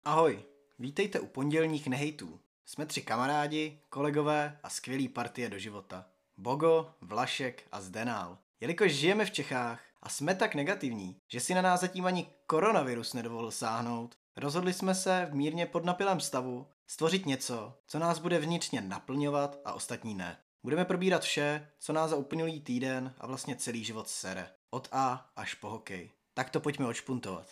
Ahoj, vítejte u pondělních nehejtů. Jsme 3 kamarádi, kolegové a skvělý partie do života. Bogo, Vlašek a Zdenál. Jelikož žijeme v Čechách a jsme tak negativní, že si na nás zatím ani koronavirus nedovolil sáhnout, rozhodli jsme se v mírně podnapilém stavu stvořit něco, co nás bude vnitřně naplňovat a ostatní ne. Budeme probírat vše, co nás za uplynulý týden a vlastně celý život sere. Od A až po hokej. Tak to pojďme odšpuntovat.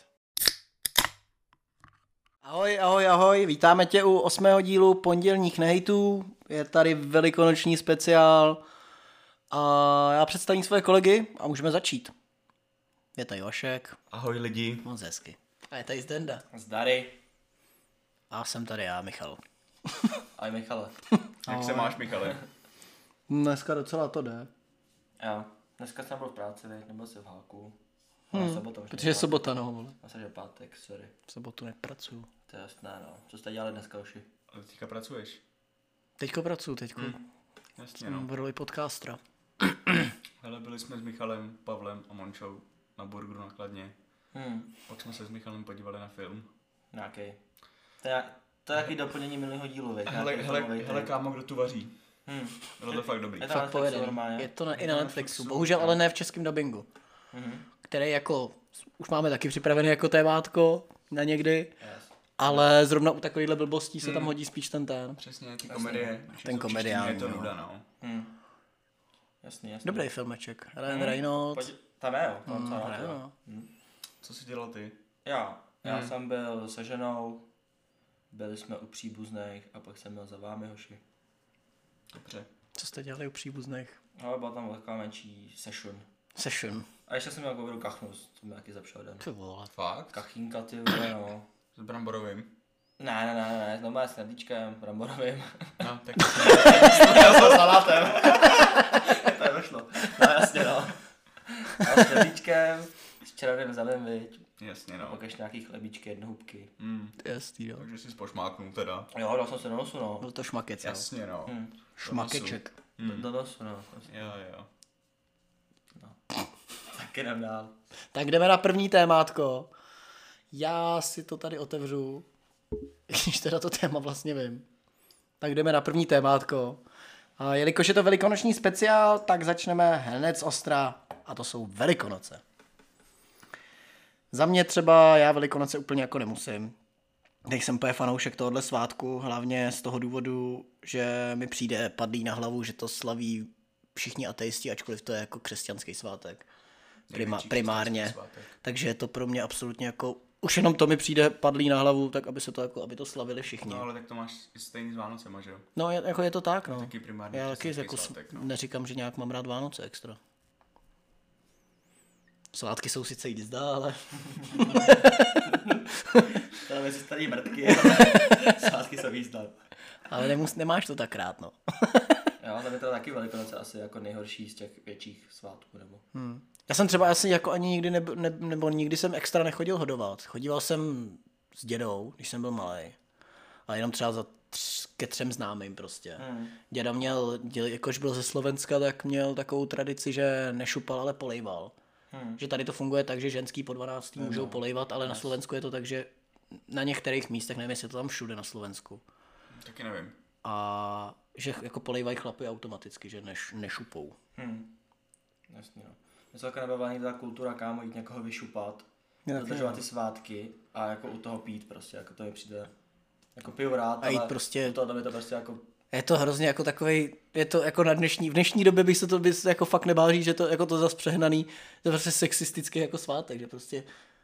Ahoj, vítáme tě u 8. dílu pondělních nehejtů. Je tady velikonoční speciál a já představím své kolegy a můžeme začít. Je tady Vašek. Ahoj lidi. Moc hezky. A je tady Zdenda. Zdary. A jsem tady já, Michal. Ahoj Michale. Jak se máš, Michale? Dneska docela to jde. Jo, dneska jsem byl v práci, nebyl jsem v háku. Sobota už Protože je sobota, no, vole. Myslím, že pátek, sorry. V sobotu nepracuju. To je jasné, no. Co jste dělali dneska, uši? Ale teďka pracuješ? Teďko pracuju, Jasně, no. v roli podcastera. Hele, byli jsme s Michalem, Pavlem a Mončou na burgeru na Kladně. Pak jsme se s Michalem podívali na film. Nějaký. To je jaký doplnění minulého dílu, veď? Hele, kámo, kdo tu vaří? Bylo to fakt dobrý. Je to Fakt Netflixu povedený. normálně? Je to i na Netflixu. Bohužel ale ne v českém dabingu. Který jako, už máme taky připravený jako témátko na někdy. Yes. Ale zrovna u takovýchhle blbostí se tam hodí spíš ten. Přesně, ty komedie. Ten komedián, Je to no. nuda, no. Jasný. Dobrý filmeček. Ryan Reynolds. Tam je, jo. Tam co hraje, no. Co jsi dělal ty? Já jsem byl se ženou, byli jsme u příbuzných a pak jsem byl za vámi, hoši. Dobře. Co jste dělali u příbuzných? Ale byla tam taková menší session. A ještě jsem měl jako kachnout, to mi taky zapšel den. Ty vole. Fakt? Kachínka, ty vole, no. S bramborovým? Ne, normálně s knedlíčkem, bramborovým. No, tak S salátem. To je vyšlo. No jasně, no. A s knedlíčkem, s červeným zelem, viď. jasně, A no. pak ještě nějaký chlebíčky, jednohubky. Jasný, jo. Takže jsi spošmáknul teda. Jo, dal jsem se do nosu, no. Byl to šmakec, jo. Jasně, no. Šmakeček. Do nosu, no. Jo. Tak jdem dál. Tak jdeme na první témátko. Já si to tady otevřu, když teda to téma vlastně vím. Tak jdeme na první témátko. A jelikož je to velikonoční speciál, tak začneme hned z ostra. A to jsou Velikonoce. Za mě třeba já Velikonoce úplně jako nemusím. Nejsem úplně fanoušek tohohle svátku, hlavně z toho důvodu, že mi přijde padlý na hlavu, že to slaví všichni ateisti, ačkoliv to je jako křesťanský svátek. Primárně. Takže je to pro mě absolutně jako, už jenom to mi přijde padlý na hlavu, tak aby se to jako, aby to slavili všichni. No ale tak to máš stejný s Vánocema, že jo? No jako je to tak, no. Taky primárně Já taky křesťanský jako svátek, no. neříkám, že nějak mám rád Vánoce extra. Svátky jsou sice jízda, ale... Tady mezi starý mrtky. Svátky jsou jízda. ale nemáš to tak rád, no. Jo, tam je to taky Velikonoce asi jako nejhorší z těch větších svátků, nebo... Já jsem třeba asi jako ani nikdy nebo nikdy jsem extra nechodil hodovat. Chodíval jsem s dědou, když jsem byl malý. Ale jenom třeba ke 3 známým prostě. Děda měl, jakož byl ze Slovenska, tak měl takovou tradici, že nešupal, ale polejval. Že tady to funguje tak, že ženský po 12 můžou polejvat, ale na Slovensku je to tak, že na některých místech, nevím, jestli je to tam všude na Slovensku. Taky nevím. A že jako polejvají chlapy automaticky, že nešupou. Jasně, no. Mě celkem nebavila někde ta kultura, kámo, jít někoho vyšupat, dodržovat ty svátky a jako u toho pít prostě, jako to mi přijde, jako piju rád, A jít ale prostě- u toho mi to prostě jako, Je to hrozně jako takovej, je to jako v dnešní době bych se to jako fakt nebál říct, že to jako to zas přehnaný, to je prostě sexistický jako svátek, že prostě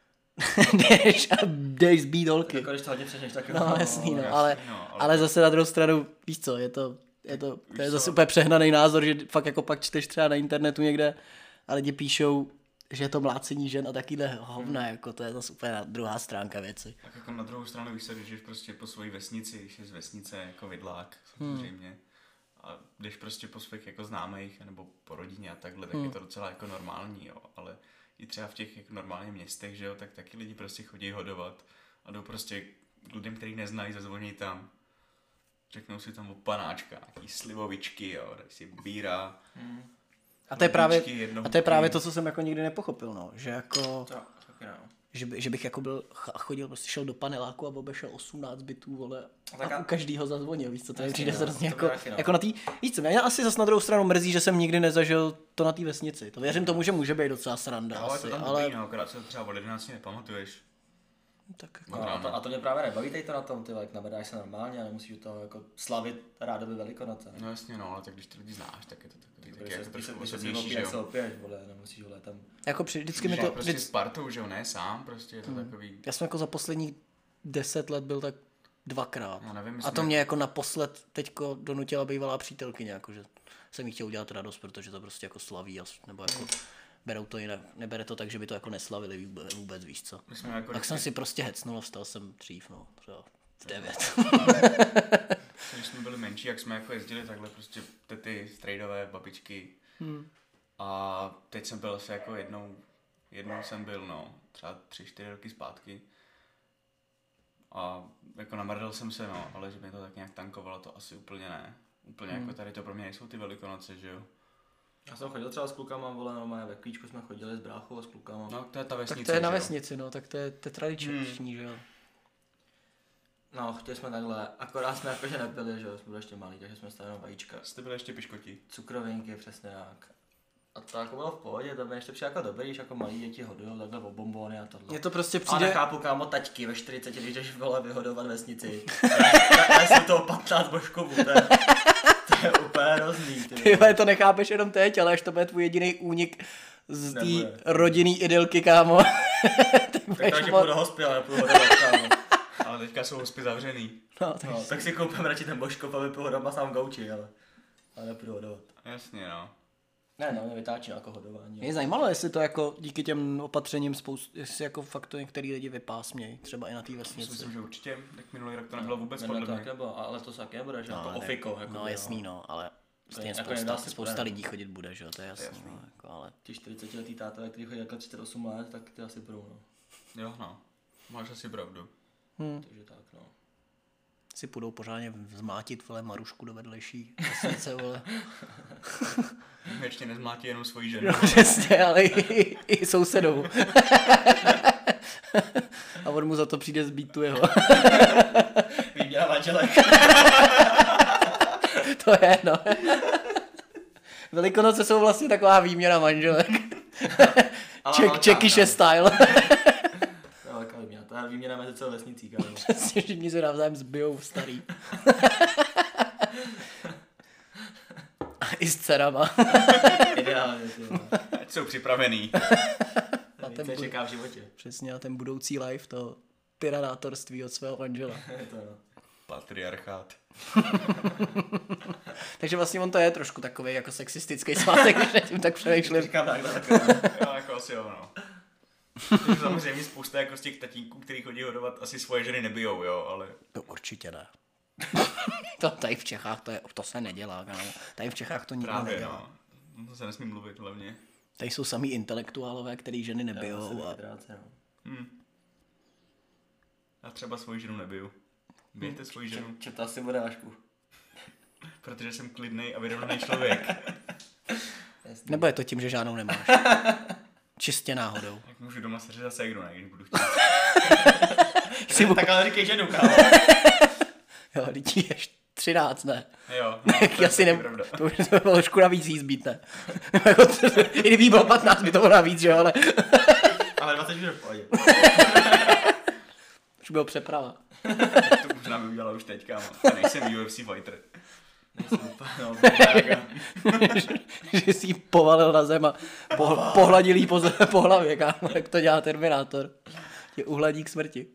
jdeš zbít holky. jako když to hodně přežneš, tak No jasný, no, jasný, ale zase na druhou stranu, víš co, to je zase úplně přehnaný názor, že fakt jako pak čteš třeba na internetu někde a lidi píšou, že je to mlácení žen a takovýhle hovna, jako to je zase úplně druhá stránka věci. Tak jako na druhou stranu, když se jdeš prostě po svojí vesnici, když jsi z vesnice jako vidlák, samozřejmě, a jdeš prostě po svých jako známých, nebo po rodině a takhle, tak je to docela jako normální, jo, ale i třeba v těch jako normálních městech, že jo, tak taky lidi prostě chodí hodovat a jdou prostě k lidem, který neznají, zazvoní tam, řeknou si tam o panáčka, nějaký slivovičky, jo, dají si bíra. A to je právě, jednohubky. a to je právě to, co jsem jako nikdy nepochopil, no, že jako, taky no. že bych jako chodil, prostě šel do paneláku a obešel 18 bytů, vole, Tak a u každýho zazvonil, víš co, to je přijde no, hrozně to jako, taky, no. jako na tý, víš co, mě asi zase na druhou stranu mrzí, že jsem nikdy nezažil to na té vesnici, to věřím tomu, že může být docela sranda Ale asi, to tam ale... dobrý, no, akorát se třeba od 11 nepamatuješ. Tak, No, a to mě právě nebaví tady to na tom, ty jak navedáš se normálně a nemusíš u toho jako slavit rádoby Velikonoce. No jasně, no, ale tak když ty lidi znáš, tak je to takový, tak jako trošku Když se osobnější, že opiješ, se jo. opiješ, vole, nemusíš, vole, tam... jako vždycky mi Že to... prostě s partou, že jo, ne sám, prostě je to takový... Já jsem jako za posledních 10 let byl tak 2krát. No, nevím, A to mě jako naposled teďko donutila bývalá přítelkyně, jako že jsem jí chtěl udělat radost, protože to prostě jako slaví, nebo jako berou to jinak, nebere to tak, že by to jako neslavili vůbec, víš co. My jsme jako Tak jsem si prostě hecnul a vstal jsem dřív, no, třeba v 9. Když jsme byli menší, jak jsme jako jezdili takhle prostě tety, strejdové, babičky. A teď jsem byl asi jako jednou jsem byl, no, třeba 3-4 roky zpátky. A jako namrdal jsem se, no, ale že mě to tak nějak tankovalo, to asi úplně ne. Úplně jako tady to pro mě nejsou ty Velikonoce, že jo. Já jsem chodil třeba s klukama, vole, normálně ve klíčku jsme chodili s bráchou a s klukama. No, to je ta vesnice, Tak to je na že jo? vesnici, no, tak to je tradiční, že jo. No, chtěli jsme takhle, akorát jsme jakože nepili, že jo, jsme byli ještě malí, takže jsme stali jenom vajíčka. Jste byli ještě piškoti. Cukrovinky, přesně jak. A to jako bylo v pohodě, to by ještě přijde jako dobrý, když jako malí děti hodujou takhle o bombony a tohle. Mně to prostě A přijde... nechápu, kámo, taťky ve 40, když jdeš vole vyhodovat vesnici. Já jsem toho 15 božkovů, to je úplně hrozný. Ty to nechápeš jenom teď, ale až to bude tvůj jediný únik z té Nebude. rodinný idylky, kámo. Tak takže půjdu do hospy, ale nepůjdu hodovat, kámo. Ale teďka jsou hospy zavřený. No, No, tak si koupím radši ten božkov a vypiju doma sám gauči, ale nepůjdu hodovat. Jasně, no. Ne, no, mě vytáčí jako hodování. mě zajímalo, jestli to jako díky těm opatřením jestli jako fakt to některý lidi vypásmějí, třeba i na té vesnici. Myslím, že určitě, tak minulý rok to nebylo vůbec Minule podle to mě. tak nebylo, ale to taky nebude, že? No, to ale ofiko. Jako no jasný, no, ale stejně jako nedá si spousta poradit. lidí chodit bude, že jo, to je jasný, no, jako, ale... Ti 40letý tátové, který chodí jako 38 let, tak ty asi budou, no. Jo, no. Máš asi pravdu. Takže tak, no. Si půjdou pořádně zmátit, vole, Marušku do vedlejší vesnice, vole. Ještě nezmlátí jenom svoji ženu. No, přesně, ale i sousedou. A on mu za to přijde zbít tu jeho. Výběra manželek. To je, no. Velikonoce jsou vlastně taková výměna manželek. Čekyše style. To je velká výměna, to je výměna mezi celou vesnicí, kámo. Přesně, všichni se navzájem zbijou v starý. I s dcerama. Ideálně, ty jo. Ať jsou připravený. Co čeká v životě. Přesně, a ten budoucí life, to tyranátorství od svého manžela. Je to, no. Patriarchát. Takže vlastně on to je trošku takový jako sexistický svátek, když nad tím tak přemýšlím. Říkám takhle. Jo, jako asi jo, no. Takže samozřejmě spousta jako z těch tatínků, který chodí hodovat, asi svoje ženy nebijou, jo, ale... To určitě ne. To tady v Čechách, to se nedělá, kámo. Tady v Čechách to nikdo Právě, nedělá. no. To se nesmí mluvit hlavně. Tady jsou samý intelektuálové, který ženy nebijou. A... Já třeba svoji ženu nebiju. Bijete svoji ženu, Čo to asi bude, Vašku? protože jsem klidnej a vyrovnaný člověk. Nebo je to tím, že žádnou nemáš? Čistě náhodou. Tak můžu doma seřezat ségru, ne, když budu chtít. Tak ale říkej ženu, kámo. Jo, lidí je 13, ne? Jo, no, to je Asi taky ne, pravda. to by bylo trošku navíc jí zbít, ne? I kdyby bylo 15, by to bylo navíc, že jo, ale Ale 20 minut v pohodě. už bylo přeprava. To možná by udělala už teď, kámo. Já nejsem UFC fighter. Nejsem úplně, no, Že si jí povalil na zem a pohladil jí po hlavě, kámo, jak to dělá Terminátor. Tě uhladí k smrti.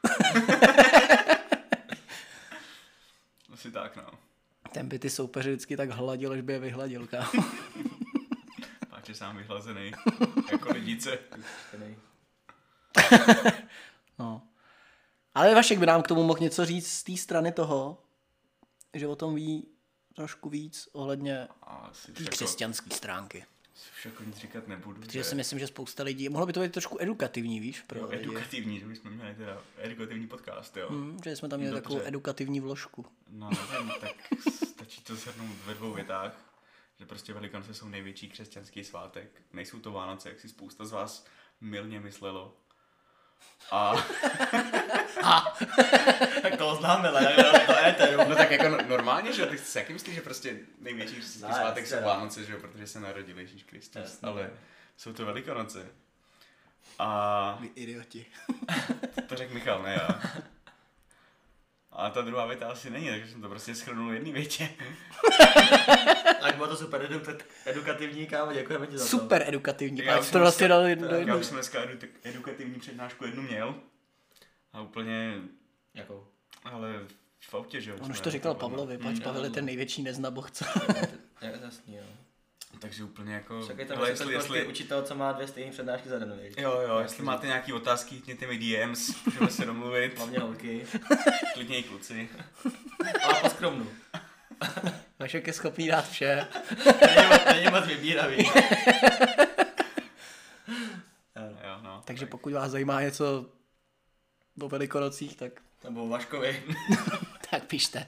Asi tak, no. Ten by ty soupeři vždycky tak hladil, až by je vyhladil, kámo. Páč je sám vyhlazený. Jako lidice. No. Ale Vašek by nám k tomu mohl něco říct z té strany toho, že o tom ví trošku víc ohledně Asi té křesťanské stránky. Však nic říkat nebudu. Protože si myslím, že spousta lidí, mohlo by to být trošku edukativní, víš, pro lidi. Edukativní, že bychom měli teda edukativní podcast, jo. Že jsme tam měli Dobře. takovou edukativní vložku. No nevím, tak stačí to shrnout ve 2 větách, že prostě Velikonoce jsou největší křesťanský svátek. Nejsou to Vánoce, jak si spousta z vás mylně myslelo. A Tak to oznámila, jak to éteru. no tak jako normálně, že jo, ty si jaký myslíš, že prostě největší křesťanský svátek jsou Vánoce, že jo, protože se narodil Ježíš Kristus, ale jsou to Velikonoce. A Vy idioti. to řekl Michal, ne já. A ta druhá věta asi není, takže jsem to prostě shrnul v jedné větě. Tak bylo to super edukativní, kámo, děkujeme ti za to. Super edukativní. Já Já už to jsem vlastně dneska- dal do Já jednou. už jsem dneska edukativní přednášku jednu měl. A úplně, Jakou? ale v autě, že jo. On už jsme to říkal jako- Pavlovi, pač Pavel je ten největší neznaboch, co? Jasný, jo. Takže úplně jako... Však je to hele, prostě učitel, co má 2 stejné přednášky za den, víš? Jo, jestli máte nějaký otázky, hitněte mi DMs, můžeme se domluvit. Hlavně holky. Klidně i kluci. Ale poskromnu. Vašek je schopný dát vše. Není moc vybíravý. Jo, no. Takže pokud vás zajímá něco o Velikonocích, Nebo Vaškovi. tak pište.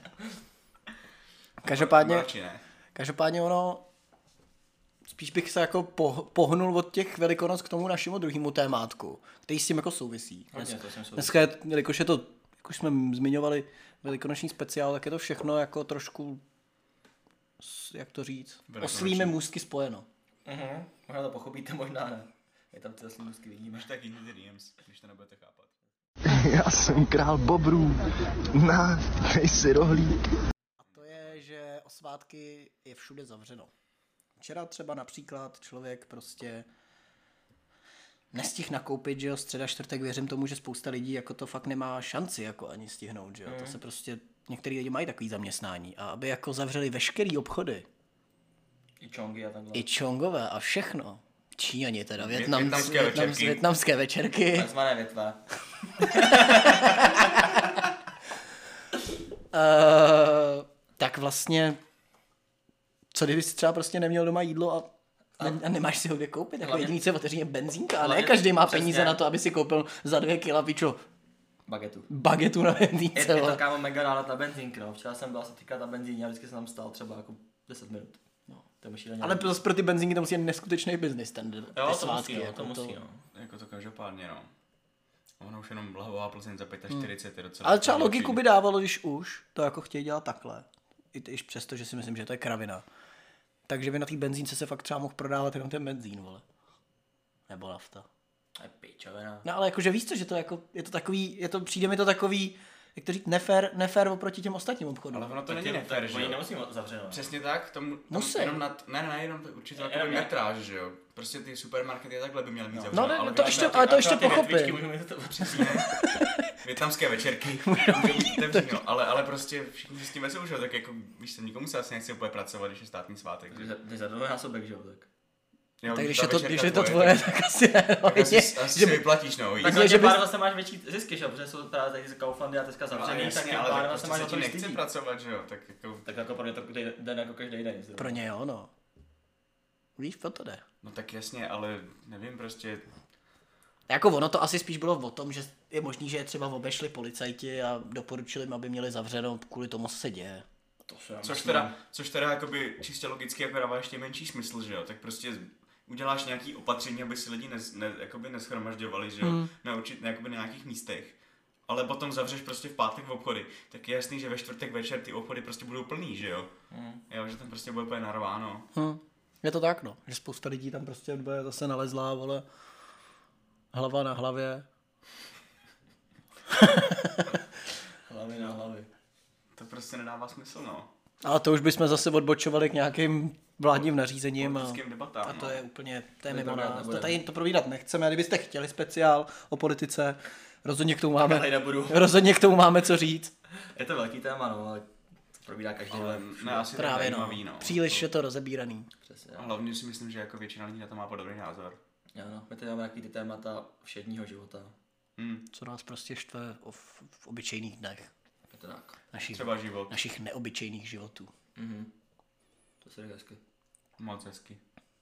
Radši ne. Každopádně ono, spíš bych se jako pohnul od těch Velikonoc k tomu našemu druhému témátku, který s tím jako souvisí. Hodně, to jsem souvisí. Dneska, jelikož je to, jak už jsme zmiňovali, velikonoční speciál, tak je to všechno jako trošku, jak to říct, oslými můstky spojeno. Možná to pochopíte, možná ne. Je tam ty oslí můstky, vidíme. Už tak hitněte DMs, když to nebudete chápat. Já jsem král bobrů. Na, dej si rohlík. A to je, že o svátky je všude zavřeno. Včera třeba například člověk prostě nestihl nakoupit, že jo, středa, čtvrtek, věřím tomu, že spousta lidí jako to fakt nemá šanci jako ani stihnout, že jo, to se prostě, některý lidi mají takový zaměstnání a aby jako zavřeli veškerý obchody, I čongy a takhle. i čongové a všechno, Číňani teda, Vietnamské vietnamské večerky, Takzvané větve. tak vlastně, co kdyby jsi třeba prostě neměl doma jídlo a nemáš si ho kde koupit, jako Hlavně- jediný, co je otevřený je benzínka, a ne hlavně- každý má přesně. peníze na to, aby si koupil za 2 kila, pičo, bagetu na benzínce, Je to vole. kámo mega nálet na benzínk, no. Včera jsem byl asi týkat na benzíně a vždycky jsem tam stál třeba jako 10 minut. No, to je šíleně. Ale pro ty benzínky to musí být neskutečný biznis, ty jo, to svátky. musí, no, jako to musí, no. Jako to každopádně, no. Ono už jenom Blahová Plzeň za 45 je docela... Ale třeba lepší. logiku by dávalo, když už to jako chtějí dělat takhle. I přesto, že si myslím, že to je kravina. Takže by na té benzínce se fakt třeba mohl prodávat jenom ten benzín, vole. Nebo nafta. To je pičovina. No ale jakože víš co, že to jako, je to takový, přijde mi to takový, jak to říct, nefér oproti těm ostatním obchodům. Ale ono to není nefér, že Oni jo? nemusí zavřeno. Přesně tak, tomu Musí. jenom jenom určitě Jenom takový jak- metráž, že jo? Prostě ty supermarkety takhle by měly mít No, zavřeno. ne, ale to ty- ještě, ty- ale to ještě Akorát ty větvičky pochopím. můžou mít to Přesně. Vietnamské večerky. Můžou být otevřený, no. Ale prostě všichni si s tím vezou, že jo? Tak jako, víš co, nikomu se asi nechce úplně pracovat, když je státní svátek. Ty za dvojnásobek, že jo, tak. Jo, Tak když ta je to, večerka když je to tvoje, tak asi ne. tak asi že si by- vyplatíš, no. Tak že za bys- pár zase máš větší zisky, že jo, protože jsou právě tady z Kauflandy a teďka Ale zavřený, tak jasně, pár ale tak zase prostě máš se o ti to nechce lidí. pracovat, že jo? Tak jako, Tak jako pro mě to den jako každý den. zrovna. Pro ně jo, no. Víš, o to jde. no tak jasně, ale nevím prostě, Jako ono to asi spíš bylo o tom, že je možný, že je třeba obešli policajti a doporučili jim, aby měli zavřeno, kvůli tomu se děje. To se já což teda jakoby čistě logicky jako dává ještě menší smysl, že jo? Tak prostě uděláš nějaký opatření, aby si lidi jakoby neschromažďovali, že jo? Na nějakých místech. Ale potom zavřeš prostě v pátek v obchody, tak je jasný, že ve čtvrtek večer ty obchody prostě budou plný, že jo? Jo, že tam prostě bude úplně narváno. Je to tak, no. Že spousta lidí tam prostě bude zase nalezlá, vole, hlava na hlavě. Hlavy na hlavy. To prostě nedává smysl, no. Ale to už bychom zase odbočovali k nějakým vládním nařízením. Politickým debatám, A to no. je úplně, to je To mimo probírat nás. To nebudeme. tady to probírat nechceme. A kdybyste chtěli speciál o politice, rozhodně k tomu Já tady máme, nebudu. rozhodně k tomu máme co říct. Je to velký téma, no, ale to probírá každý Ale den. ne, asi Právě tak no. zajímavý, no. Příliš je to rozebíraný. Přesně. A hlavně si myslím, že jako většina lidí na to má podobný názor. Jo, no. My tady máme takový ty témata všedního života. Co nás prostě štve v obyčejných dnech. Je to tak. Třeba život. Našich neobyčejných životů. To se hezky. Moc hezky.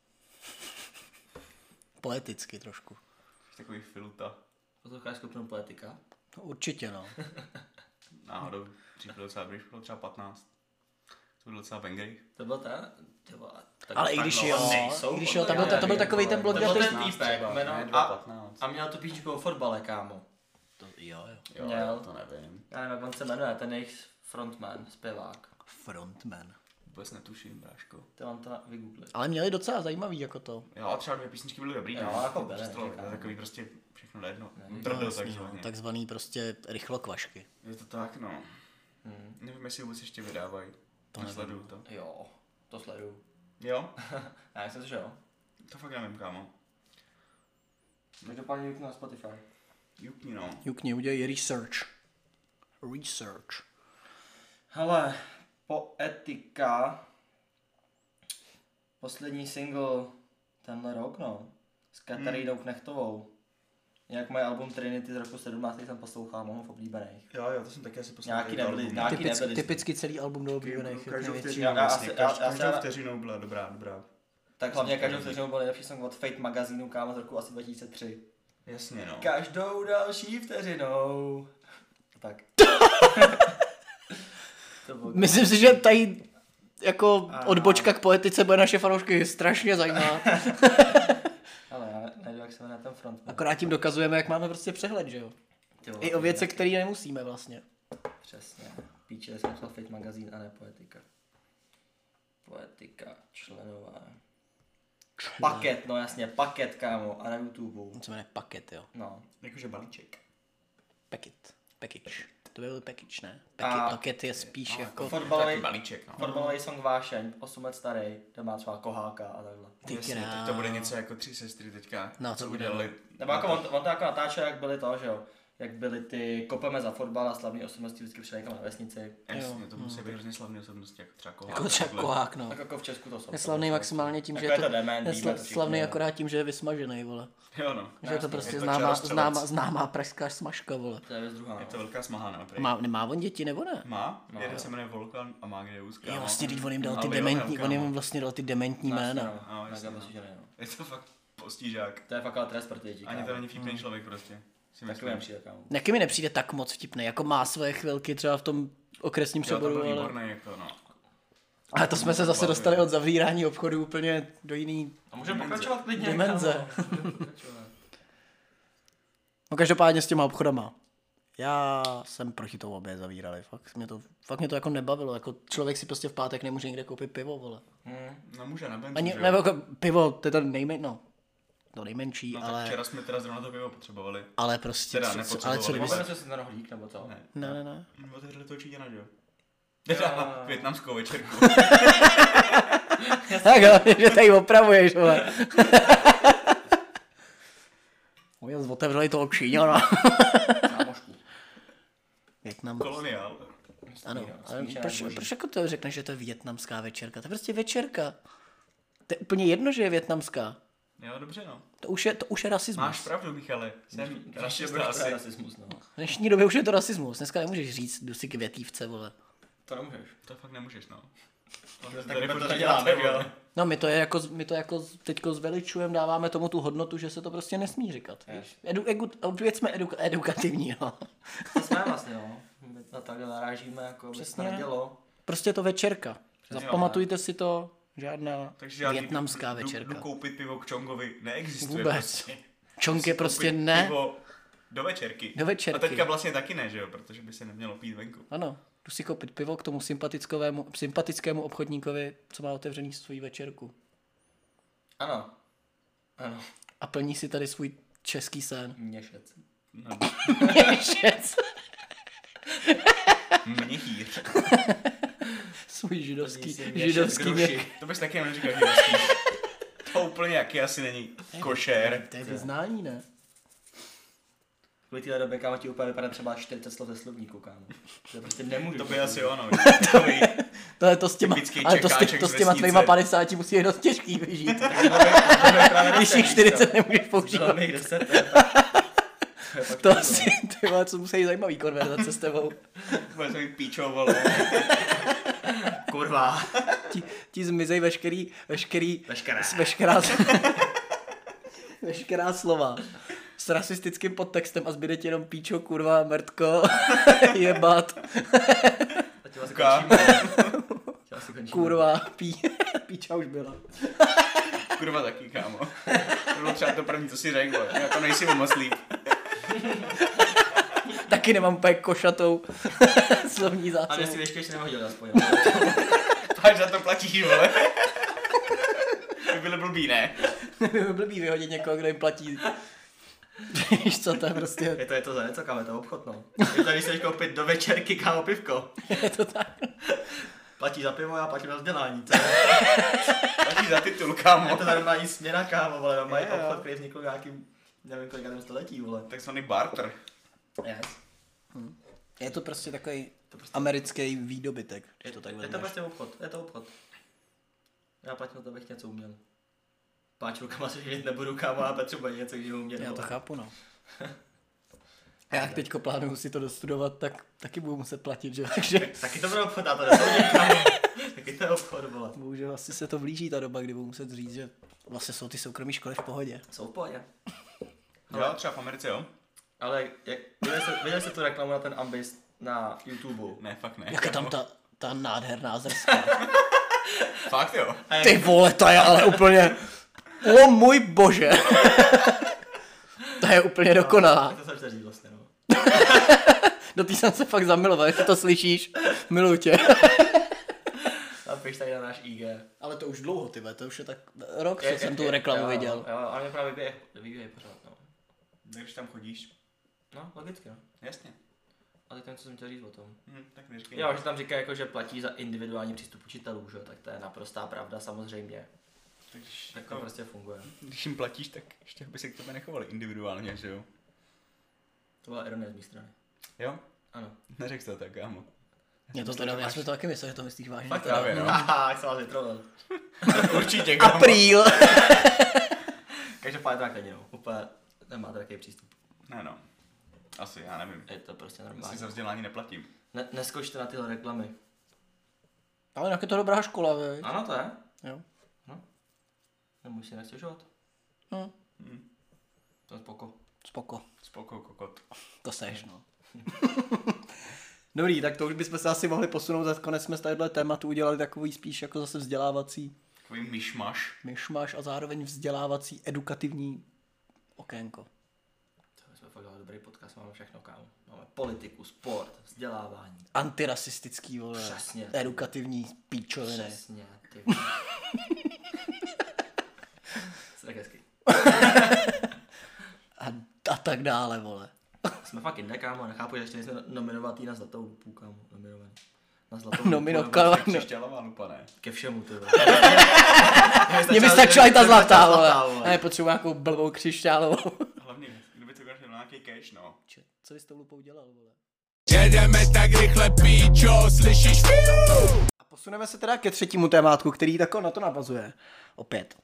Poeticky trošku. Takový filuta. Posloucháš skupinu Poetika? No, určitě no. Náhodou. Dřív bylo třeba 15. To byl docela bangry. To byl ten? Ty vole, tak Ale i když tak jo, dlouho nejsou, i když jo, podle mě. to byl takovej ten blok, To byl kde ten týpek, jméno, a a měl tu píčku o fotbale, kámo. Jo. jo, Měl. to nevím. Já nevím, jak on se jmenuje, ten jejich frontman, zpěvák. Frontman. Vůbec netuším, bráško. To mám to vygooglit. Ale měli docela zajímavý jako to. Jo, a třeba 2 písničky byly dobrý. Jo, jako byly, to je říkám. takový prostě všechno na jedno. No, Brdel jasně, takzvaně. takzvaný prostě rychlokvašky. Je to tak, no. Nevím, jestli vůbec ještě vydávají. To nesleduju to. Jo, to sleduju. Jo? Já myslím, že jo. To fakt nevím, kámo. Každopádně juknu na Spotify. Jukni, no. Jukni, udělej research. Hele, Poetika. Poslední single tenhle rok, no. S Katarínou Knechtovou. Jak moje album Trinity z roku 17 jsem poslouchal, mám ho v oblíbených. Jo, to jsem taky asi poslal. Nějaký nebyly. Typicky celý album do oblíbených. Každou největší. vteřinou, Já vlastně, asi- každou vteřinou byla dobrá. Tak hlavně každou vteřinou byl nejlepší song od Fate magazínu, kámo, z roku asi 2003. Jasně, no. Každou další vteřinou. Tak. To bylo... Myslím si, že tady jako odbočka k poetice bude naše fanoušky strašně zajímá. Ale já najdu, jak se jmenuje ten frontman. Akorát tím dokazujeme, jak máme prostě přehled, že jo? I o věcech, které nemusíme vlastně. Přesně. Píče, jsem psal Fate magazín a ne Poetika. Poetika, členové. Paket, no jasně, Paket, kámo, a na YouTube. To se jmenuje Paket, jo. No. Jakože balíček. Package. To byl package, ne? A- Paket je spíš jako... Fotbalový, balíček, no. fotbalový song Vášeň, 8 let starý, kde má třeba Koháka a takhle. Ty Jasně, král. tak to bude něco jako 3 sestry teďka, No, co to bude. udělali. Nebo jako on to jako natáčel, jak byly to, že jo. Jak byly ty kopeme za fotbal a slavný osobnosti vždycky přijeli na vesnici. Jasně, to musí být hrozně slavné osobnosti, jako třeba Kohák. Jako třeba Kohák, no. Tak jako v Česku to jsou. Je slavný maximálně tím, že Jako je je to dement, je víme to všichni, slavný no. akorát tím, že je vysmažený, vole. Jo, no. Že je to prostě je to známá čarostřelec. pražská smažka, vole. To je věc druhá. Je to velká smaha, no. prej. Nemá on děti, nebo ne? Má? No, Jeden jo. se jmenuje Volkan a má Gedeus, Jo, vlastně, když on jim dal No, ty ale dementní, jo, on jim kámo. vlastně dal ty dementní jména. No, jasně, no. no. Je to fakt postižák. To je fakt ale trest pro ty děti. Ani to není vtipný člověk prostě. Si Takový myslím. mi přijde, kámo. Taky mi nepřijde tak moc vtipný, jako má své chvilky třeba v tom okresním Jo, to přeboru, byl ale... výborný, jako no. Ale to jsme se zase dostali od zavírání obchodu úplně do jiný... A můžeme pokračovat klidně. Dimenze. kámo. Můžeme pokračovat. No každopádně s těma obchodama. Já jsem proti tomu, aby je zavírali. Fakt mě to jako nebavilo. Jako člověk si prostě v pátek nemůže někde koupit pivo, vole. No může na benzu, Ani, že jo? nebo jako pivo, to je to nejmenší, No tak ale... včera jsme teda zrovna to pivo potřebovali. Ale prostě... Teda ale co nepotřebovali. kdyby... Můžeme se ten rohlík, nebo co? Ne. Ne. Otevřeli to Číňana, že jo? Teda vietnamskou večerku. Tak jo, že tady opravuješ, vole. Oni otevřeli toho Číňana. Sámošku. Vietnam. Koloniál. Ano, ale spíše proč jako to řekneš, že to je vietnamská večerka? To je prostě večerka. To je úplně jedno, že je vietnamská. Jo, dobře no. To už je rasismus. Máš pravdu, Michale. Jsem Ještě rasista bude asi. rasismus, no. V dnešní době už je to rasismus. Dneska nemůžeš říct, jdu si květívce, vole. To nemůžeš. To fakt nemůžeš, no. Tak my to neděláme, jo. No my to jako teďko zveličujeme, dáváme tomu tu hodnotu, že se to prostě nesmí říkat. Opět jsme edukativní, no. To jsme vlastně, no. My na takhle narážíme, jako by se Přesně. to nedělo. Čonk je to večerka. Přesně, Zapamatujte si to, žádná Takže žádný vietnamská jdu večerka. koupit pivo k Čongovi neexistuje Vůbec. prostě. Čonk je Si prostě koupit ne. Pivo do večerky. Do večerky. A teďka vlastně taky ne, že jo? Protože by se nemělo pít venku. Ano, jdu si koupit pivo k tomu sympatickému obchodníkovi, co má otevřený svou večerku. Ano. Ano. A plní si tady svůj český sen. Měšec. No, Šec. mnichýř. Svůj židovský Židovský mě... To bys taky neříkal židovský. To úplně jaký asi není košer. To je vyznání, ne? Kvůli téhle době, kámo, ti úplně vypadá třeba 40 slov ze slovníku, kámo. To prostě nemůžu. To by asi ono. To je to s těma, Typický ale Čekáček to z s těma vesnice. tvýma 50 musí být dost těžký vyžít. Když jich 40 nemůžeš používat. Zelených 10. To asi, ty vole, co musí zajímavý konverzace s tebou. Bude se mi píčou, vole. Kurva. Ti zmizej veškerá slova s rasistickým podtextem a zbyde ti jenom píčo, kurva, mrtko, jebat. A tím asi Ká. končíme. Tím asi končíme. Kurva, píča už byla. Kurva taky, kámo. To bylo třeba to první, co si řekl, já to nejsi moc líp. Taky nemám úplně košatou slovní A mě zásobu. si ještě nehodil aspoň. Páč za to platíš, vole. To bylo blbý, ne? By blbý vyhodit někoho, kdo jim platí. Víš co, to je prostě... Je to za něco, kámo, je to obchod, no. Je tady chceš koupit do večerky, kámo, pivko. Je to tak. Platí za pivo, já platím za vzdělání. Platíš za titul, kámo. Je to normální směna, kámo, vole, normální Jo. obchod, který vznikl nějakým, nevím kolikátém století, vole. Takzvaný barter. Yes. Je to prostě takový americký výdobytek, když to tak Je to vezmeš. prostě obchod, Já platím za to, abych něco uměl. Páč rukama se živit nebudu, kámo, a potřebuji něco, když umět. Já to chápu, no. Já jak teďko plánuju si to dostudovat, tak taky budu muset platit, že? Takže Taky to bude obchod, já to nesoudím, kámo. Taky to je obchod, vole. bohužel asi se to blíží ta doba, kdy budu muset říct, že vlastně jsou ty soukromé školy v pohodě. Jsou v pohodě. Jo, třeba v Americe, jo? Ale viděli jste tu reklamu na ten Ambis na YouTube? Ne, fakt ne. Jak je tam ta nádherná zrska. Fakt jo. Ty vole, ta je ale úplně... O můj bože. Ta je úplně dokonalá. Tak to jsem chtěl říct vlastně, no. Do té jsem se fakt zamiloval, jestli to slyšíš, miluji tě. Napiš tady na náš IG. Ale to už dlouho, ty to už je tak rok, co jsem tu reklamu viděl. Jo, ale mě právě vybíje pořád, no. Když tam chodíš. No, logicky, no. Jasně. A teď ten, co jsem chtěl říct o tom. Tak neříkej. Jo, že tam říká, jako, že platí za individuální přístup učitelů, že? Tak to je naprostá pravda, samozřejmě. Takže Tak to prostě funguje. když jim platíš, tak ještě by se k tebe nechovali individuálně, že jo? To byla ironie z mé strany. Jo? Ano. Neřekl to tak, kámo. Mě to teda, já jsem to taky myslel, že to myslíš vážně. Fakt teda. právě, no. Haha, jak jsem vás vytroval. Určitě, kámo. Apríl. Každopádně tak není, no. Úplně nemáte takový přístup. Ne, no. Asi, já nevím. Je to prostě Já si normální. za vzdělání neplatím. Neskočte na tyhle reklamy. Ale jak je to dobrá škola, veď? Ano, to je. Jo. Nemůžu si nestěžovat. Hm. To je spoko. Spoko, kokot. to seš, no. Dobrý, tak to už bychom se asi mohli posunout, za konec jsme z tadyhle tématu udělali takový spíš jako zase vzdělávací Takový myšmaš a zároveň vzdělávací, edukativní okénko. To jsme fakt dali dobrý podcast, máme všechno, kámo. Máme politiku, sport, vzdělávání. Antirasistický, vole, Přesně. edukativní píčoviny. Přesně, ty vole. Jsi tak hezký. A tak dále, vole. Jsme fakt jinde, kámo, nechápu, že ještě nejsme nominovatý na zlatou lupu, kámo. Nominovaný. Na zlatou Nominovaný. Křišťálová lupa, ne? Ke všemu, ty vole. Mně by stačila i ta zlatá, zlatá, vole. Ne, potřebuji nějakou blbou křišťálovou. Hlavně, kdyby to konečně nějaký cash, no. Co jsi s tou lupou dělal, vole? Jedeme tak rychle, píčo, slyšíš? A posuneme se teda ke třetímu témátku, který tako na to navazuje. Opět.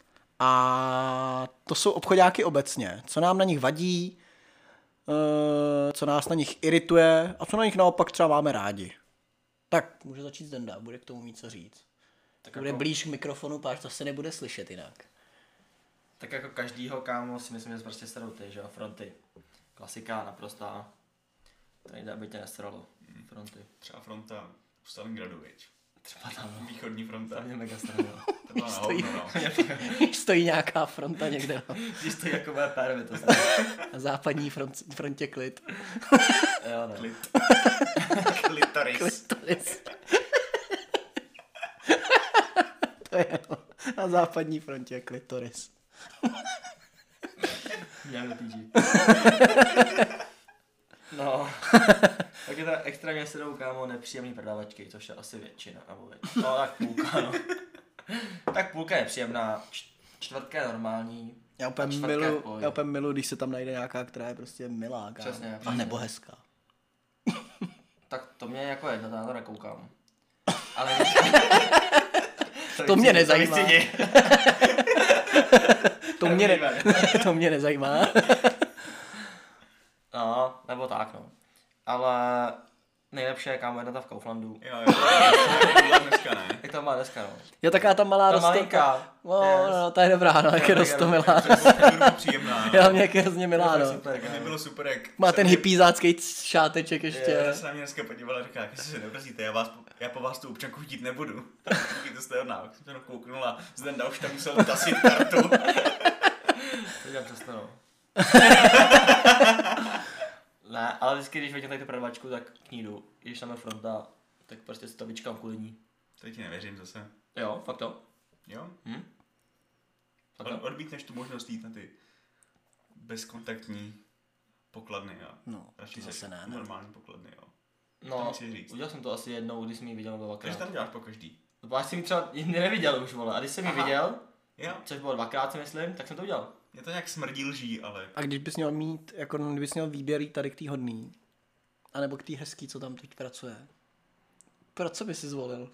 A to jsou obchodáky obecně. Co nám na nich vadí, co nás na nich irituje a co na nich naopak třeba máme rádi. Tak, může začít Zdenda, bude k tomu mít co říct. Tak bude jako- blíž k mikrofonu, páč, to se nebude slyšet jinak. Tak jako každýho, kámo, si myslím, že prostě serou ty, že jo, fronty. Klasika, naprostá. To nejde, aby tě nestralo. Fronty. Třeba fronta v Stalingradu, viď? Třeba tam, no. Východní fronta. To mě mega stralo. To byla na Stojí. hovno, no. Když stojí nějaká fronta někde, no. Když to jako bude pérvy, to stralo. Na západní frontě klid. Jo, ne. Klitoris. Klitoris. To je, no. Na západní frontě klitoris. Nějak do píči. No. Tak je teda extrémně sedou, kámo, nepříjemný prodavačky, což je asi většina, nebo většina. No, tak půlka, no. Tak půlka je příjemná, čtvrtka je normální. Já a úplně čtvrtka je v milu, pohodě. když se tam najde nějaká, která je prostě milá, kámo. Přesně, A přesně. nebo hezká. Tak to mě jako jedno, to na to nekoukám. Ale... To mě nezajímá. nezajímá. To mě nezajímá. No, nebo tak, no. Ale nejlepší je kámo jedna ta v Kauflandu. Jo, to dneska ne. Jak to má dneska, no? Jo, taká ta malá Ta rostomka. malinká. No, ta je dobrá, no, jak je rostomilá. Příjemná. Já mě jak je hrozně milá, no. Super, Mně kámo. bylo super, jak... Má ten hippízácký šáteček ještě. Já se na mě dneska podívala a říká, jak se nebrzíte, já po vás tu občanku chtít nebudu. To jste od nás. Jsem se jenom kouknul a Zdenda už tam musel tasit kartu. To dělám přesně, no. Ne, ale vždycky, když vidím tady tu prodavačku, tak k ní jdu. Když tam je fronta, tak prostě si to vyčkám kvůli ní. To ti nevěřím zase. Jo, fakt to. Jo? Fakt to. Odmítneš tu možnost jít na ty bezkontaktní pokladny, jo? No, Radši to zase se ne. normální pokladny, jo? To No, musíš říct. udělal jsem to asi jednou, když jsem ji viděl nebo Takže dvakrát. tam děláš po každý. No, až jsem ji třeba nikdy neviděl už, vole. A když jsem ji Aha. viděl, Jo, což bylo dvakrát si myslím, tak jsem to udělal. mě to nějak smrdí lží, ale... A když bys měl mít, jako kdybys měl výběr jít tady k té hodný, anebo k té hezký, co tam teď pracuje, pro co by si zvolil?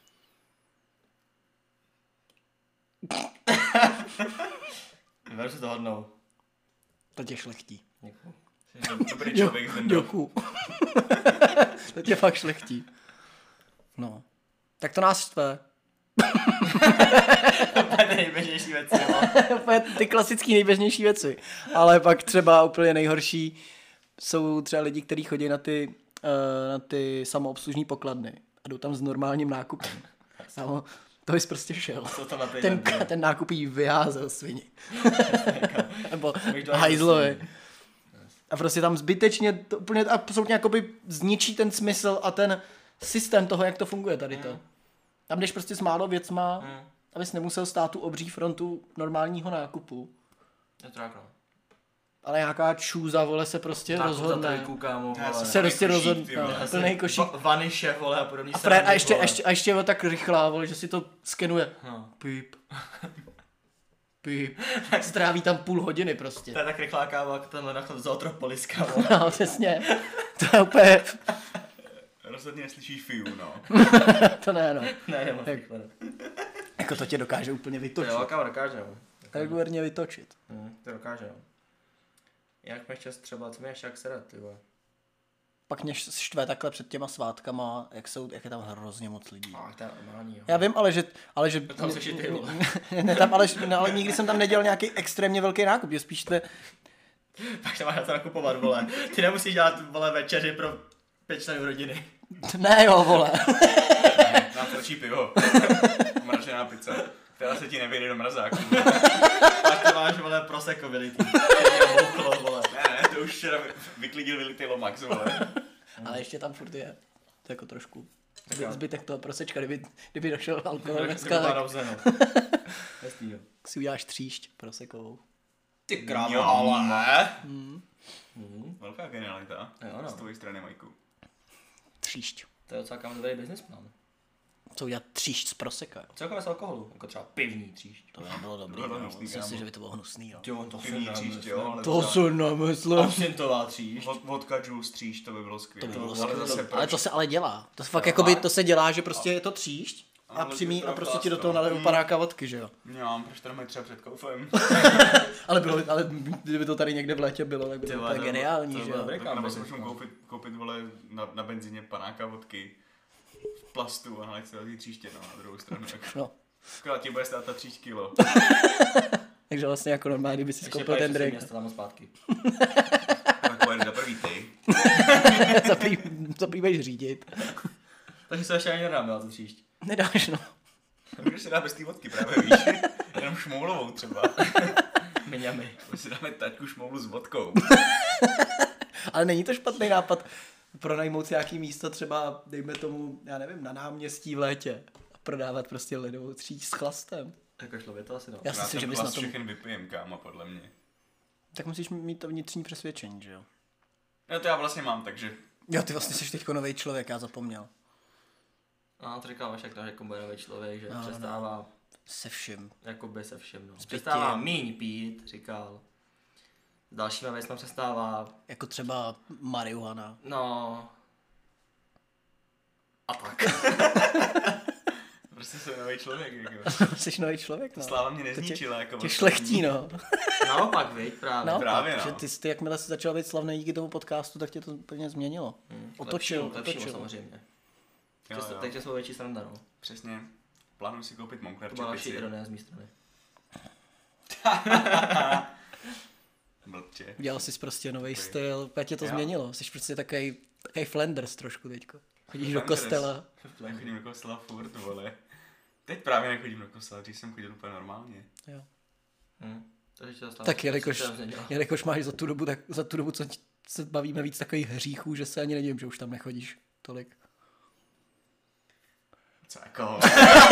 Vyberu si to hodnou. To tě šlechtí. Děkuju. Jsi dobrý člověk, Zdendo. Děkuju. To tě fakt šlechtí. No. Tak to nás štve. To je nejběžnější věci, jo. Úplně ty klasické nejběžnější věci. Ale pak třeba úplně nejhorší jsou třeba lidi, kteří chodí na ty samoobslužní pokladny a jdou tam s normálním nákupem. Samo, to bys prostě šel. Co to na ty Ten nákup jí vyházel svini. Nebo Bych to hajzlovi. A prostě tam zbytečně to úplně absolutně jakoby zničí ten smysl a ten systém toho, jak to funguje tady to. Tam jdeš prostě s málo věcma, abys nemusel stát tu obří frontu normálního nákupu. Je to tak, no. Ale nějaká čůza, vole, se prostě rozhodne. Trojku, kámo, Já vole. Se prostě Plný košík, rozhodne. ty vole. Plný košík. Vaniše, vole, a podobný A ještě je tak rychlá, vole, že si to skenuje. No. Píp. Píp. Stráví tam půl hodiny prostě. To je tak rychlá káva, jak ten nachod z Zootropolis, kámo. No, přesně. To je úplně... Rozhodně neslyšíš fiu, no. To ne, no. Ne, nemám Tak. rychle. Jako to tě dokáže úplně To vytočit. jo, kámo, dokáže, no. Regulérně vytočit. To dokáže, no. Jak mě ještě třeba, co mě ještě jak sedat, ty vole. Pak mě štve takhle před těma svátkama, jak je tam hrozně moc lidí. Ach, to je normální, jo. Já vím, ale že Tam seš i ty, vole. ne, tam, ale nikdy jsem tam nedělal nějaký extrémně velký nákup, je spíš to Pak se máš na to nakupovat, vole. Ty nemusíš dělat, vole, večeři pro 5 členů rodiny. ne jo, vole. Nám stačí pivo. Mražená pizza. Která se ti nevyjde do mrazáku. Pak ty máš, vole, prosecco vylitý. Ty mě bouchlo, vole. Ne, to už včera vyklidil vylitý Lomax, vole. Ale ještě tam furt je. To jako trošku. Zbytek toho prosečka, kdyby došel alkohol dneska, tak Hezký, jo. si uděláš tříšť prosekovou. Ty krávo, Jo, ale. Velká genialita. Jo, no. Z tvojí strany, Majku. Tříšť. To je docela kam dobrý business plán. Co udělat tříšť z proseka, jo. Celkově z alkoholu, jako třeba pivní tříšť. To by bylo dobrý, Bylo no. hnusný, Myslím si, kámo. že by to bylo hnusný, no. Jo, to Pivní tříšť, jo. ale To třeba se nemyslím. Absintová tříšť. Vodka, juice, tříšť, to by bylo skvělé. To by bylo Ale skvělé. zase Ale proč? to se ale dělá. To fakt jakoby, to se dělá, že prostě je to tříšť a Ale přimí to a je prostě ti do toho krásno. nalejou panáka vodky, že jo. Mám, proč to nemají třeba před koufem? Ale kdyby to tady někde v létě bylo, tak by to Ty bylo vole, úplně to geniální, bylo že jo. dobrý. Tak Kam nebo by si se můžu šlo? koupit vole, na benzině panáka vodky v plastu a nalejt si ty tříště, no, na druhou stranu. No. Akorát ti bude stát ta 3 kilo. Takže vlastně jako normálně, kdyby si Ještě skoupil ten drink. město tam zpátky. Tak pojedu za prvý ty. Zaprýbeš řídit. Takže se ještě ani nedám, já tu tříšť. Nedáš, no. Můžeš si dát bez té vodky právě, víš? Jenom šmoulovou třeba. Miňami. Když si dáme taťku šmoulu s vodkou. Ale není to špatný nápad pronajmout si nějaký místo třeba, dejme tomu, já nevím, na náměstí v létě a prodávat prostě ledovou tříšť s chlastem. Jako šlo by to asi, no. Já si myslím, že bys na tom... všechny vypijem, kámo, podle mě. Tak musíš mít to vnitřní přesvědčení, že jo? No to já vlastně mám, takže... Jo, ty vlastně jsi teďko novej člověk, já zapomněl. No, to říkal Vašek, to je jako bojový člověk, že No, přestává Se vším. jakoby se všem, no. pitím. Přestává míň pít, říkal. S dalšíma věcma přestává, Jako třeba marihuana. no... A tak. Prostě jsem nový člověk, jako. Jsi nový člověk, no. Sláva mě nezničila, jako. Tě šlechtí, no. Naopak, viď, právě. No, Právě, no. že ty jakmile jsi začal být slavný díky tomu podcastu, tak tě to úplně změnilo. Otočil. Samozřejmě. Jo, jo. Takže jsou větší sranda, no. Přesně. Plánuji si koupit Moncler To byla další čepici. ironie z mé strany. Blbče. Udělal jsi prostě nový styl, úplně tě to Jo. změnilo. Jsi prostě takový Flanders trošku teďko. Chodíš do Flanders. kostela. Nechodím do kostela furt, vole. Teď právě nechodím do kostela, když jsem chodil úplně normálně. Jo. Takže tě to Tak jelikož máš za tu dobu, co se bavíme víc takových hříchů, že se ani nedivím, že už tam nechodíš tolik. Co jako?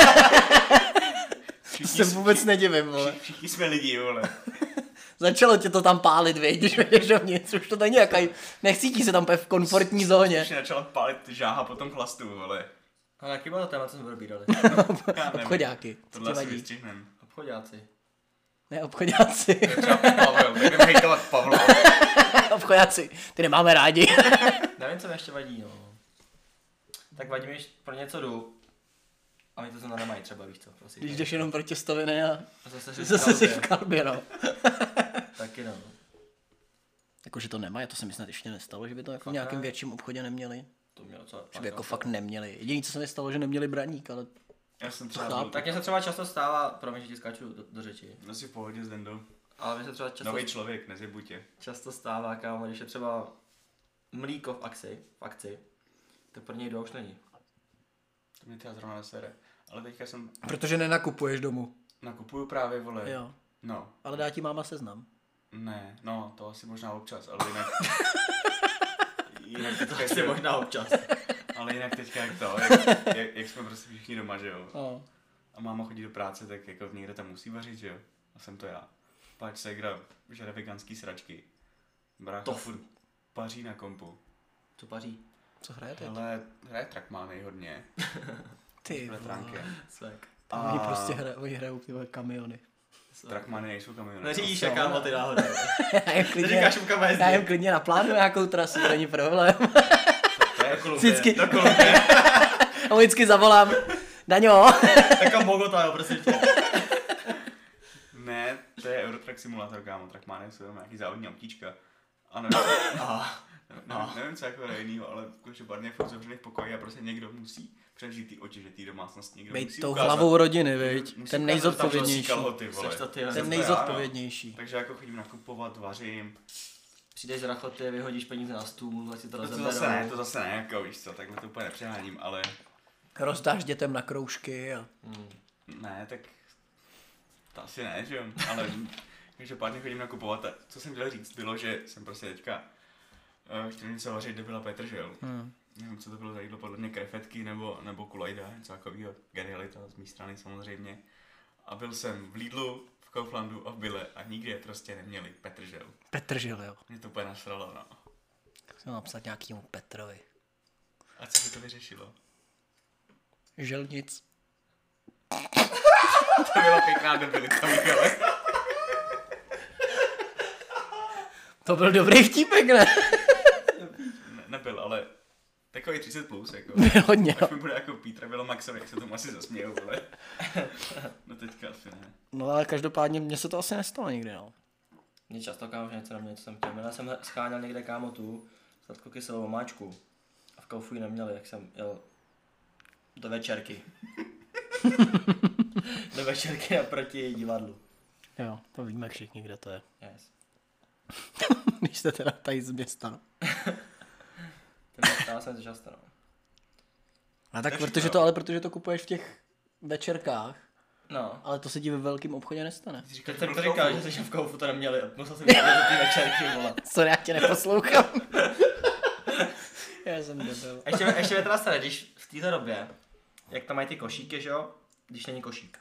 Se vůbec nedivím, vole. Všichni jsme lidi, vole. Začalo tě to tam pálit, viď, když jdeš dovnitř, už to není jaký, nechcítí se tam v komfortní zóně. Už začala pálit žáha po tom chlastu, vole. Ale jaký bylo to téma, co jsme probírali? Já nevím. Obchodáky, co ti Tohle si vadí? vystřihnem. Obchodáci. Ne, obchodáci. Třeba Pavel, jdeme hejtovat Pavla. Obchodáci, ty nemáme rádi. Nevím, co mi ještě vadí, no. Tak vadí mi, když pro něco jdu. A mi to znamená nemají třeba, víš co, prosím. Když jdeš jenom pro těstoviny a A zase jsi v kalbě, no. Taky no. Jakože to nemají, to se mi snad ještě nestalo, že by to jako v Fakt nějakém ne? větším obchodě neměli. To mělo co? Že by jako fakt neměli. Jediné, co se mi stalo, že neměli braník, ale Já jsem třeba Chápu. byl Tak mně se třeba často stává, promiň, že ti skáču do řeči, asi v pohodě s Dendou. ale mně se třeba Nový člověk, nezjebu tě. často stává, kámo, když je třeba mlíko v akci, tak pro něj už není. To mě třeba zrovna nesere. Ale teďka jsem protože nenakupuješ domů. nakupuju právě, vole. Jo, No, ale dá ti máma seznam. ne, no, to asi možná občas, ale jinak... jinak teďka, Asi možná občas. ale jinak teďka jak jsme prostě všichni doma, že jo. No. A máma chodí do práce, tak jako někde tam musí vařit, že jo. A jsem to já. Pak ségra žere veganský sračky. Brácha Tofu. furt paří na kompu. Co paří? Co hrajete? Ale hraje Trackmany hodně. Ty Veteránky. Svek. Oni prostě hrajou ty vole kamiony. Trackmany nejsou kamiony. Neřídíš, kámo, ty náhodou. Já jim klidně, Neříkáš mu kam jezdit. já jim klidně naplánuju nějakou trasu, to není problém. To je Kolumbie. Vždycky. Do Kolumbie. A vždycky zavolám, Daňo, Taká Bogota, jo, prosím tě. Ne, to je Eurotrack simulátor, kámo. Trackmany jsou nějaký závodní autíčka. A nevím, nevím, co jako jinýho, ale každopádně furt zavřený v pokoji a prostě někdo musí přežít ty oči, že ty domácnosti někdo bejt musí tou ukázat. hlavou rodiny, viď? Musí Ten ukázat, že tam nejzodpovědnější. nosí kalhoty, vole. Seš to ty, jo. Ten Jsem to nejzodpovědnější. já, no. Takže jako chodím nakupovat, vařím. Přijdeš z rachoty, vyhodíš peníze na stůl, ať si to To rozeberou. zase ne, jako víš co, takhle to úplně nepřeháním, ale Rozdáš dětem na kroužky a... ne, tak to asi ne, že jo, ale každopádně chodím nakupovat a co jsem chtěl říct bylo, že jsem prostě teďka chtěl něco vařit, kde byla Petržel. Nevím, co to bylo za jídlo, podle mě krefetky nebo kulajda, něco takového, genialita z mé strany samozřejmě. A byl jsem v Lidlu, v Kauflandu a v Bille a nikdy je prostě neměli Petržel. Petržil, jo. Mě to úplně nasralo, no. Chci napsat nějakýmu Petrovi. A co by to vyřešilo? Želnic. To byla pěkná debilita, Michale. To byl dobrý vtípek, ne? Nebyl, ale takový 30+, plus, jako. Hodně, no. Až mi bude jako Petra Maxovi, jak se tomu asi zasmějou, vole. No teďka asi ne. No ale každopádně mně se to asi nestalo nikdy, no. Mně často, kámo, že něco na mě, co jsem chtěl. Já jsem scháněl někde, kámo, tu sladkokyselou omáčku. A v Kaufu ji neměli, jak jsem jel do večerky. Do večerky naproti divadlu. Jo, to víme všichni, kde to je. Yes. Když jste teda tady z města. Stává se mi to často, no. A tak Takže protože to- protože to kupuješ v těch večerkách, No. ale to se ti ve velkým obchodě nestane. Teď jsem to říkal, že v Kaufu to neměli. Musel jsem jít do ty večerky, vole. Sorry, já tě neposlouchám. Já jsem debil. Ještě mě teda stane, když v této době, jak tam mají ty košíky, že jo, když není košík.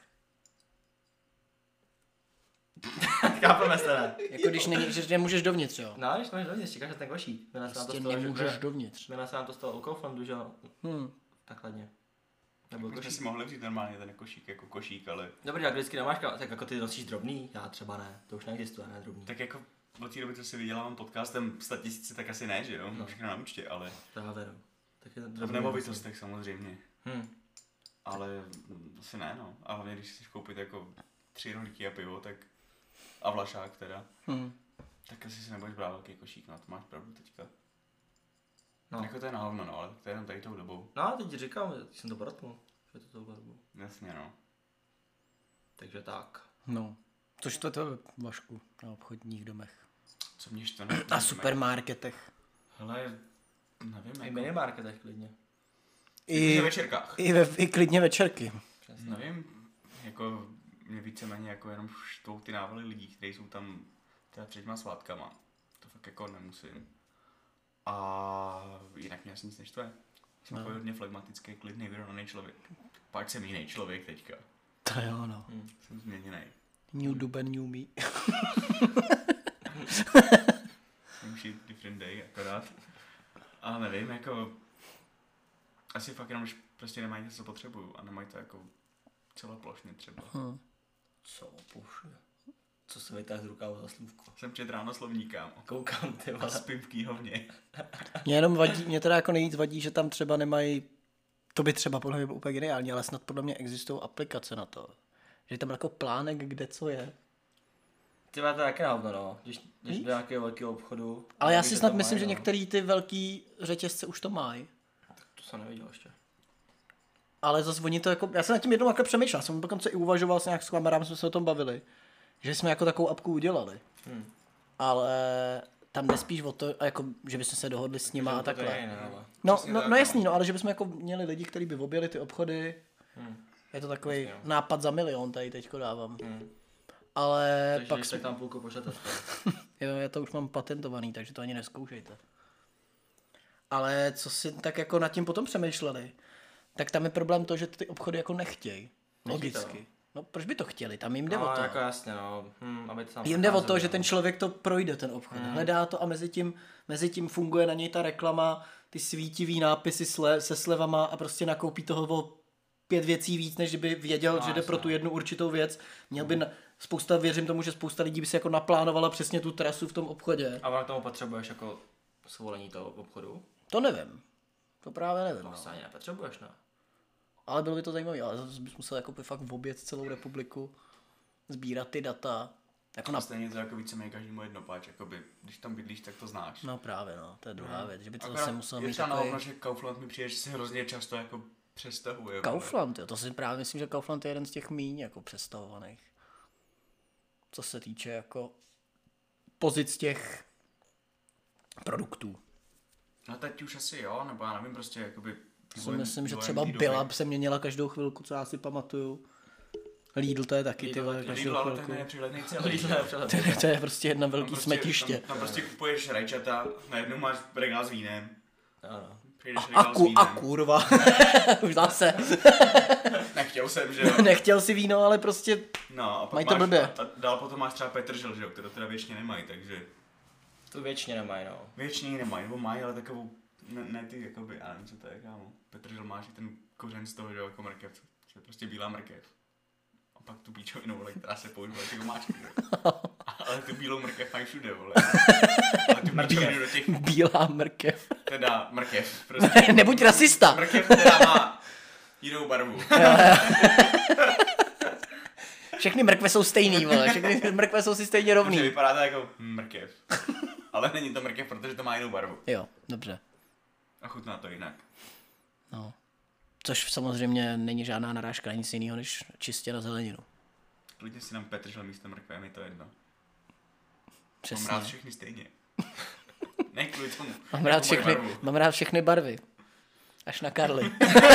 Chápeme se, ne? Jako když není, že nemůžeš dovnitř, jo. No, když máš dovnitř, čekáš na ten košík. Jmenuje se nám to Prostě stalo, nemůžeš že... dovnitř. Jmenuje se nám to stalo u Kauflandu, že jo. Takhle. Nebo My jsme košík. si mohli vzít normálně ten košík jako košík, ale Dobrý, jak vždycky nemáš, tak jako ty nosíš drobný, já třeba ne, to už neexistuje, ne drobný. tak jako od té doby, co si vydělávám podcastem 100 000, tak asi ne, že jo? Všechno na účtě, ale Právě, no. Tak je to v drobný. nemovitostech samozřejmě. Ale asi ne, no. A hlavně, když si koupit jako 3 rohlíky a pivo, tak a vlašák teda, tak asi si nebudeš brát velký košík, no to máš pravdu teďka. No. Jako to je na hovno, no, ale to je jenom tady tou dobou. No a teď říkám, že jsem to podotknul, že to touhle dobou. Jasně, no. Takže tak. No. Což to je Vašku na obchodních domech. Co mě štve? A supermarketech. Hele, nevím, I jako... minimarketech klidně. I v večerkách. I klidně večerky. Nevím, jako mě víceméně jako jenom štvou ty návaly lidí, kteří jsou tam teda před těma svátkama. To fakt jako nemusím. A jinak mě asi nic neštve. Jsem jako hodně flegmatický, klidný, vyrovnaný člověk. Pak jsem jiný člověk teďka. To jo, no. Jsem změněný. New Duben, new me. Jsem shit different day, akorát. Ale nevím, jako... Asi fakt jenom, když prostě nemají to, co potřebuju. A nemají to jako celoplošně třeba. Co pušuje? Co se vytáhl z rukávu za slůvku? Jsem čet ráno slovníka. Koukám, ty A vole. spím v knihovně. Mě teda jako nejvíc vadí, že tam třeba nemají, to by třeba podle mě bylo úplně geniální, ale snad podle mě existují aplikace na to. Že je tam jako plánek, kde co je. Ty máte taky na hovno, no. Když do nějakého velkého obchodu. Ale já víš, si snad to myslím, mají, že no. některý ty velký řetězce už to mají. To jsem neviděl ještě. Ale zase oni to jako, já jsem nad tím jednou takhle přemýšlel, jsem dokonce i uvažoval s nějak s kamarádem, jsme se o tom bavili, že jsme jako takovou apku udělali. Ale tam nespíš o to, jako, že bychom se dohodli s nima a takhle. No jasný, no, ale že bychom jako měli lidi, kteří by objeli ty obchody. Je to takový nápad za milion, tady teďko dávám. Ale Takže pak když tak tam půlku pošlete. jo, já to už mám patentovaný, takže to ani nezkoušejte. Ale co si tak jako nad tím potom přemýšleli, tak tam je problém to, že ty obchody jako nechtějí. Logicky. No proč by to chtěli? Tam jim jde o to. Jako jasně, no. Aby to tam Jim jde o to, procházelo, že ten člověk to projde, ten obchod. Hledá to a mezi tím funguje na něj ta reklama, ty svítivý nápisy se slevama a prostě nakoupí toho o 5 věcí víc, než by věděl, že jde pro tu jednu určitou věc. Měl by věřím tomu, že spousta lidí by si jako naplánovala přesně tu trasu v tom obchodě. A k tomu potřebuješ jako svolení toho obchodu? To nevím. To právě nevím. To asi ani nepotřebuješ, ne? Ale bylo by to zajímavé, ale zase bys musel jako fakt objet celou republiku, sbírat ty data. Jako A stejně to jako víceméně každému jedno páč, jakoby, když tam bydlíš, tak to znáš. No právě, no, to je druhá věc, že by to Akorát zase musel je mít třeba takový... naopak, že Kaufland mi přijde, že se hrozně často jako přestahuje. Kaufland, jo, to si právě myslím, že Kaufland je jeden z těch míň jako přestavovaných. Co se týče jako pozic těch produktů. No teď už asi jo, nebo já nevím, prostě jakoby... Myslím, že třeba Billa se měnila každou chvilku, co já si pamatuju. Lidl to je taky, ty vole, každou Lidl, ale chvilku. ten je přihlednej celý. To je prostě jedna velký smetiště. Tam prostě kupuješ rajčata, najednou máš regál s vínem. Ano. Přijdeš regál s vínem. A kurva. Už zase. Nechtěl jsem, že jo. Nechtěl si víno, ale prostě No, a pak mají to máš, blbě. a dál potom máš třeba Petržel, že jo, kterou teda věčně nemají, takže... Tu věčně nemají, no. Věčně ji nemají, nebo mají, ale takovou, ne ty, jakoby, já nevím, co to je, kámo. Petržel máš i ten kořen z toho, že jo, jako mrkev, co je prostě bílá mrkev. A pak tu píčovinu, vole, která se používá jako máčky, ale tu bílou mrkev mají všude, vole. Ale tu píčovinu do těch, Bílá mrkev. teda mrkev, prostě. Nebuď rasista. Mrkev, která má jinou barvu. Všechny mrkve jsou stejný, vole. Všechny mrkve jsou si stejně Takže rovný. vypadá to jako mrkev. Ale není to mrkev, protože to má jinou barvu. Jo, dobře. A chutná to jinak. No. Což samozřejmě není žádná narážka na nic jiného, než čistě na zeleninu. Klidně si nám Petržel místo mrkve, je mi to jedno. Přesně. Mám rád všechny stejně. Ne kvůli tomu. Mám rád všechny barvy. Až na Karly.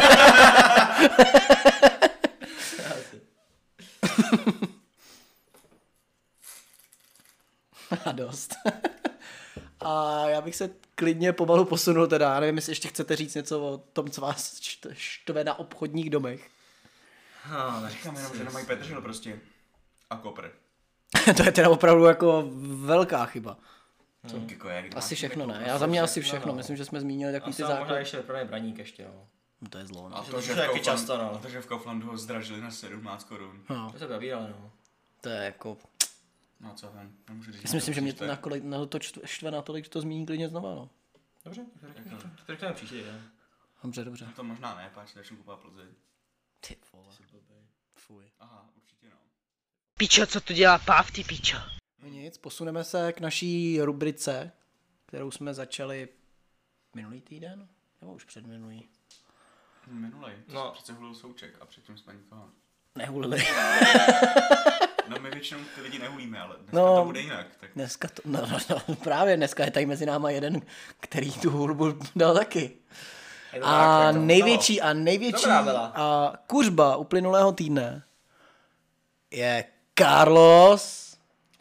A dost. A já bych se klidně pomalu posunul teda. Já nevím, jestli ještě chcete říct něco o tom, co vás štve na obchodních domech. Říkám jenom, že nemají Petržel prostě. A kopr. To je teda opravdu jako velká chyba. Jako jak, Asi všechno ne. Já za mě asi všechno. Myslím, že jsme zmínili takový ty A možná základy. ještě vyprodaný braník ještě, no. No to je zlo, A no. to, že taky často, no. a to, že v Kauflandu ho zdražili na 17 korun. No, To se zabírali, no. to je jako... No co tam, nemůžu říct. Já si myslím, že mě to na to štve natolik, že to zmíní klidně znova, no. Dobře, to řekneme příště, ne? Dobře, dobře. To možná ne, páč, začnu kupovat Plzeň. Ty vole. Fuj. Aha, určitě no. Pičo, co tu dělá Páv, ty pičo? No nic, posuneme se k naší rubrice, kterou jsme začali minulý týden? Nebo už předminulý? Minulej, to No. no. Přece hulil Souček a předtím jsme nikoho. Nehulili. No my většinou ty lidi nehulíme, ale dneska No. to bude jinak. Tak Dneska to, no, právě dneska je tady mezi náma jeden, který tu hudbu dal taky. Je to A tak, jak to největší Dobrá byla. a kuřba uplynulého týdne je Carlos.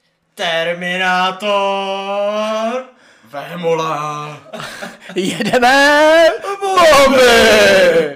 Terminátor! Vémola! Jedeme bomby!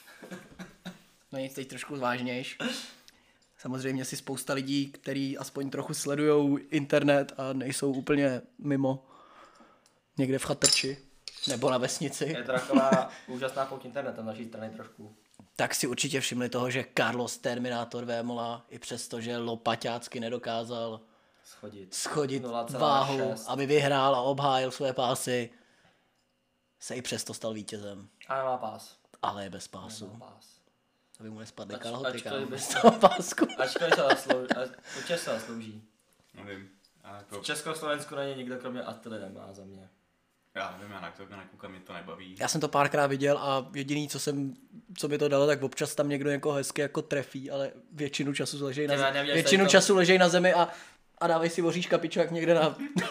No nic, teď trošku vážnějš. Samozřejmě si spousta lidí, kteří aspoň trochu sledujou internet a nejsou úplně mimo někde v chatrči nebo na vesnici, Je to taková úžasná pouť internetem naší strany trošku. tak si určitě všimli toho, že Carlos Terminátor Vémola i přesto, že lopaťácky nedokázal schodit 0,6. váhu, aby vyhrál a obhájil své pásy, se i přesto stal vítězem. A nemá pás. Ale je bez pásu. Nemá pás. Aby mu nespadly Ač- kalhoty, ačkoliv kámo, by- bez toho pásku. Ačkoliv se určitě se zaslouží. Nevím. A jako, V Československu na ně nikdo kromě Attily nemá za mě. já nevím, já na to nekoukám, mě to nebaví. Já jsem to párkrát viděl a jediný, co mi to dalo, tak občas tam někdo někoho hezky jako trefí, ale většinu času ležej na, Ty, já neviděl většinu jsem to- času ležej na zemi a dávej si voříška piču jak někde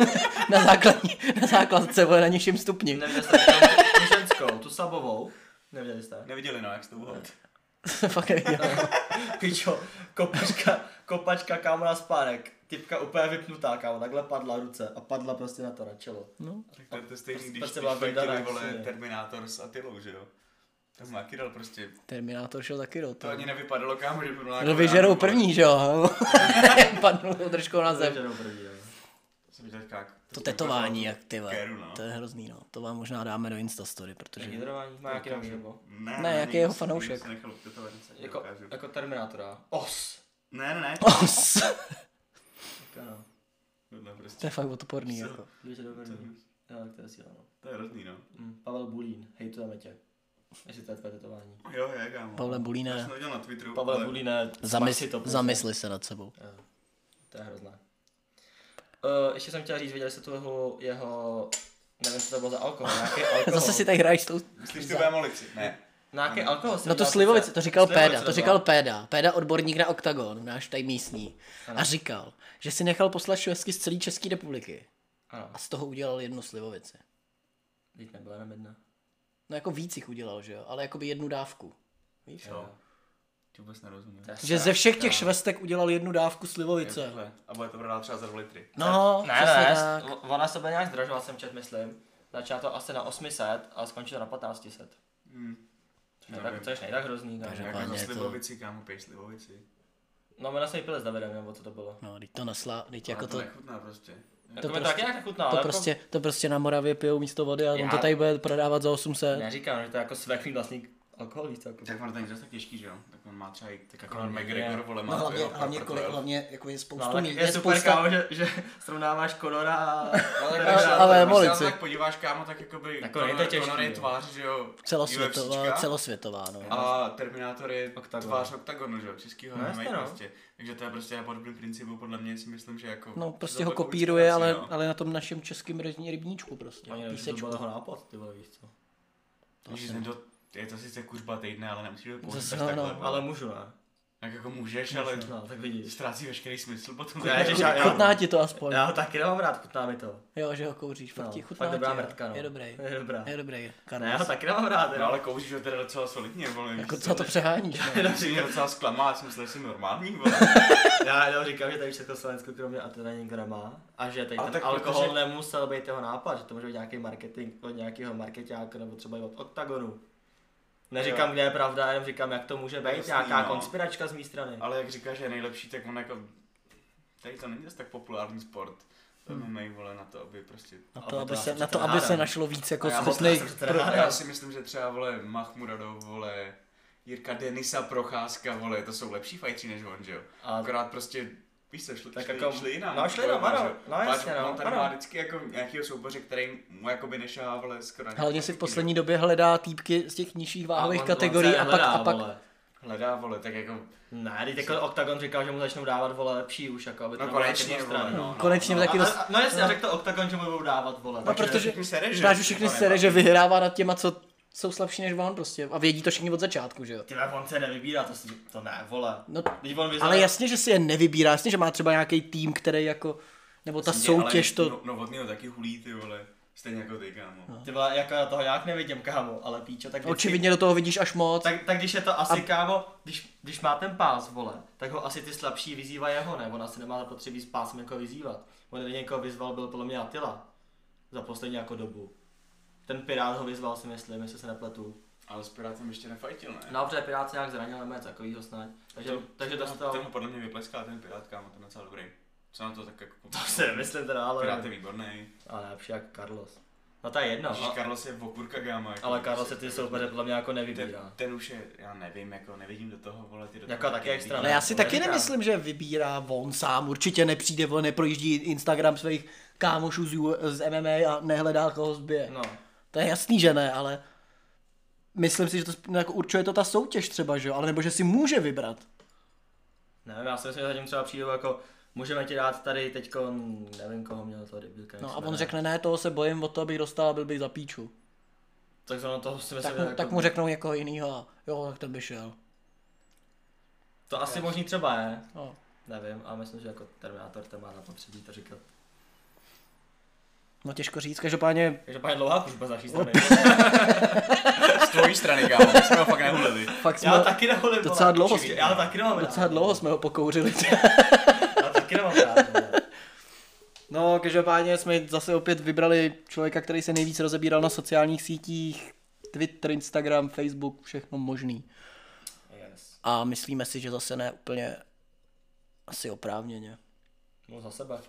na základce, vole, na nižším stupni. Neviděli jste tu ženskou, tu Sabovou? Neviděli jste? Neviděli, no, jak jsi to uhodl. Fakt neviděl. Pičo, kopačka kámo na spánek. Typka úplně vypnutá, kámo, takhle padla ruce a padla prostě na to na čelo. No. Tak to je to stejný, když prostě byla fotili, vydaná, vole, jasně. Terminátor s Attilou, že jo? Tam Maki dal prostě, Terminátor šel taky do to toho. ani nevypadalo, kámo, že bylo No vyžerou první, že jo? Padnul tou držkou na zem. Vyžerou první, jo. Jsem viděl jak. To tetování, jak ty vole. Kéru, no. To je hrozný, no. To vám možná dáme do Instastory, protože... Hydrování má nějaký nový nebo? Ne, jaký je jeho fanoušek? Se nechal tetovat, nic se Jako, nedokážu. jako Terminátora. Os. Ne. Os. Tak ano. Tohle prostě. To je fakt odporný, jako. Víš, dobrý. Jo, tak to je síla, no. To je hrozný, no. Pavel Bulín, hejtujeme tě. Jestli to je tvoje tetování. Jo, je, kámo. Pavle Bulíne. Já jsem to viděl na Twitteru. Pavel ale- Bulíne, Zamysli se nad sebou. Jo, to je hrozné. Ještě jsem chtěl říct, viděli jste tu jeho, nevím, co to bylo za alkohol, nějaký alkohol. Zase si tady hraješ s tou... Myslíš tu Vémolici? Ne. Nějaký alkohol si No to udělal Slivovice, sice. to říkal Slivovice Péda, to byla. říkal Péda. Péda odborník na OKTAGON, náš tady místní. A říkal, že si nechal poslat švestky z celé České republiky. Ano, A z toho udělal jednu Slivovici. teď nebyla jenom jedna. No jako víc jich udělal, že jo? Ale jakoby jednu dávku. Víš? Jo. Ti vůbec nerozumím. To je Že ze všech těch švestek udělal jednu dávku Slivovice. Takhle. A bude to prodávat třeba za 2 litry. No, Ne, přesně ne, tak. ona se bude nějak zdražovat, jsem čet, myslím. Začala to asi na 800 a skončila na 1500. Což nejde tak hrozný, kámo. Takže- Jako Každopádně za je to- Slivovici, kámo, pej Slivovici. No, my jsme ji pili s Davidem, nebo co to bylo. No, teď to nasla, teď Jako jako to to, nechutná prostě. Jako mi prostě- taky nějak nechutná, ale to prostě na Moravě pijou místo vody a on Já- to tady bude prodávat za jako, 800. neříkám, že to je jako svéklý vlastník alkohol, víc jako. Tak on to není zase tak těžký, že jo? Tak on má třeba i tak jako No, McGregor, vole, má No to hlavně, jeho hlavně, Pepper kolik, 12. hlavně jako je No, spoustu ale mít, je super, kámo, že srovnáváš Conora a... ale Když Molici. se na to tak podíváš, kámo, tak jakoby Jako nejde těžký, Conor je jo. tvář, že jo, celosvětová, UFCčka, celosvětová, no. a Terminátor je Octagon. tvář OKTAGONu, že jo, českýho No, jasně, MMA no. prostě. Takže to je prostě na podobným principu, podle mě si myslím, že jako... No, že prostě to ho bude kopíruje, inspirací, no. ale na tom našem českém rybníčku prostě. Ani nevím, že to Písečku. byl jeho nápad, ty vole, víš co. Takže je to sice kuřba týdne, ale nemusíš to použít Zase, až no, takhle. no. vole. Ale můžu, ne? Tak jako můžeš, ale No, tak vidíš. ztrácí veškerý smysl potom. Ne, že já- Chutná ti to aspoň. Já ho taky nemám rád, chutná mi to. Jo, že ho kouříš, fakt No, ti chutná fakt dobrá ti, jo. mrtka, no. Je dobrý. Je dobrá. Je dobrý, Ne, já Carlos. ho taky nemám rád, No jo. ale kouříš ho teda docela solidně, vole. Jako co to přeháníš, no. Já si mě docela zklamal, já jsem myslel, že jsi normální, vole. Já jenom říkám, že tady v Československu kromě a teda nikdo nemá. A že tady Ale ten tak alkohol protože- nemusel být jeho nápad, že to může být nějaký marketing od nějakého marketáka nebo třeba i od OKTAGONu. Neříkám, Jo. kde je pravda, jenom říkám, jak to může být, Jasný, nějaká no. konspiračka z mé strany. Ale jak říkáš, že je nejlepší, tak on jako... Tady to není zase tak populární sport. To MMA, vole, na to, aby prostě... Na Ale to, aby to se, já na se to, teda aby se hádám. našlo víc jako A já schopných... se teda pro- hádám. Já si myslím, že třeba, vole, Mahmuradov, vole, Jirka Denisa, Procházka, vole, to jsou lepší fightři než on, že jo? A- Akorát prostě, víš co, Tak šli jako- jinam. no, šli jinam, ano, že jo? no, Páč, jasně, no, on tady ano. má vždycky jako nějakýho souboře, který mu jakoby nešahá, vole, skoro ani Hlavně si v politiky, poslední době hledá týpky z těch nižších váhových on kategorií se a pak, hledá, a pak, vole. Hledá, vole, tak jako... Ne, teď jako Octagon říkal, že mu začnou dávat, vole, lepší už, jako, aby to No nebylo konečně, jako vole, strany. no. Konečně taky dost... No jasně, já řekl to Octagon, že mu budou dávat, vole. No, protože všechny sere, že? znáš všechny sere, že vyhrává nad těma, co jsou slabší než on prostě. A vědí to všichni od začátku, že jo? Tyhle, on se nevybírá, to ne, vole. No, Teď on vyzval... ale jasně, že si je nevybírá, jasně, že má třeba nějaký tým, který jako... Nebo ta soutěž to... No od něho taky hulí, ty vole. Stejně jako ty, kámo. No. Ty vole, jako já toho nějak nevidím, kámo, ale píčo, tak vždycky... Očividně do toho vidíš až moc. Tak když je to asi, kámo, když má ten pás, vole, tak ho asi ty slabší vyzývají jeho, ne? On asi nemá zapotřebí s pásem jako vyzývat. On někoho vyzval, byl podle mě Attila. Za poslední jako dobu. Ten Pirát ho vyzval, si myslím, jestli se nepletu. Ale s Pirátem ještě nefajtil, ne? No, protože Pirát se nějak zranil, nebo něco takovýho snad. Takže dostal... Ten ho podle mě vypleskal, ten Pirát, kámo, ten je docela dobrý. Co na to tak jako... To si nemyslím teda, ale... Pirát je výborný. Ale lepší jak Carlos. No to je jedno, Ježíš, Carlos je okurka, kámo. Jako ale Carlos se ty soupeře podle mě jako nevybírá. Ten už je, já nevím, jako nevidím do toho, vole, ty do Jako toho taky extra, Ale já si taky nemyslím, že vybírá on sám. Určitě nepřijde, on neprojíždí Instagram svých kámošů z MMA a nehledá, koho zbije. No. To je jasný, že ne, ale myslím si, že to jako určuje to ta soutěž třeba, že jo, ale nebo že si může vybrat. Nevím, já si myslím, že zatím třeba přijdou jako, můžeme ti dát tady teďko, nevím koho měl to debilka. No a on řekne, ne, toho se bojím, o to, abych dostal a byl bych za píču. Tak zrovna toho si myslím, Tak mu řeknou někoho jinýho a jo, tak ten by šel. To asi možný třeba je, No. nevím, ale myslím, že jako Terminátor to má zapotřebí to říkat. No těžko říct, každopádně Každopádně dlouhá kužba z naší strany. Z tvojí strany, kámo, my jsme ho fakt nehulili. fakt jsme Já taky neholím, docela dlouho, já taky nemám rád. docela dlouho jsme ho pokouřili. Já taky nemám rád. vole. No, každopádně jsme zase opět vybrali člověka, který se nejvíc rozebíral na sociálních sítích, Twitter, Instagram, Facebook, všechno možný. Yes. A myslíme si, že zase ne úplně asi oprávněně. No za sebe.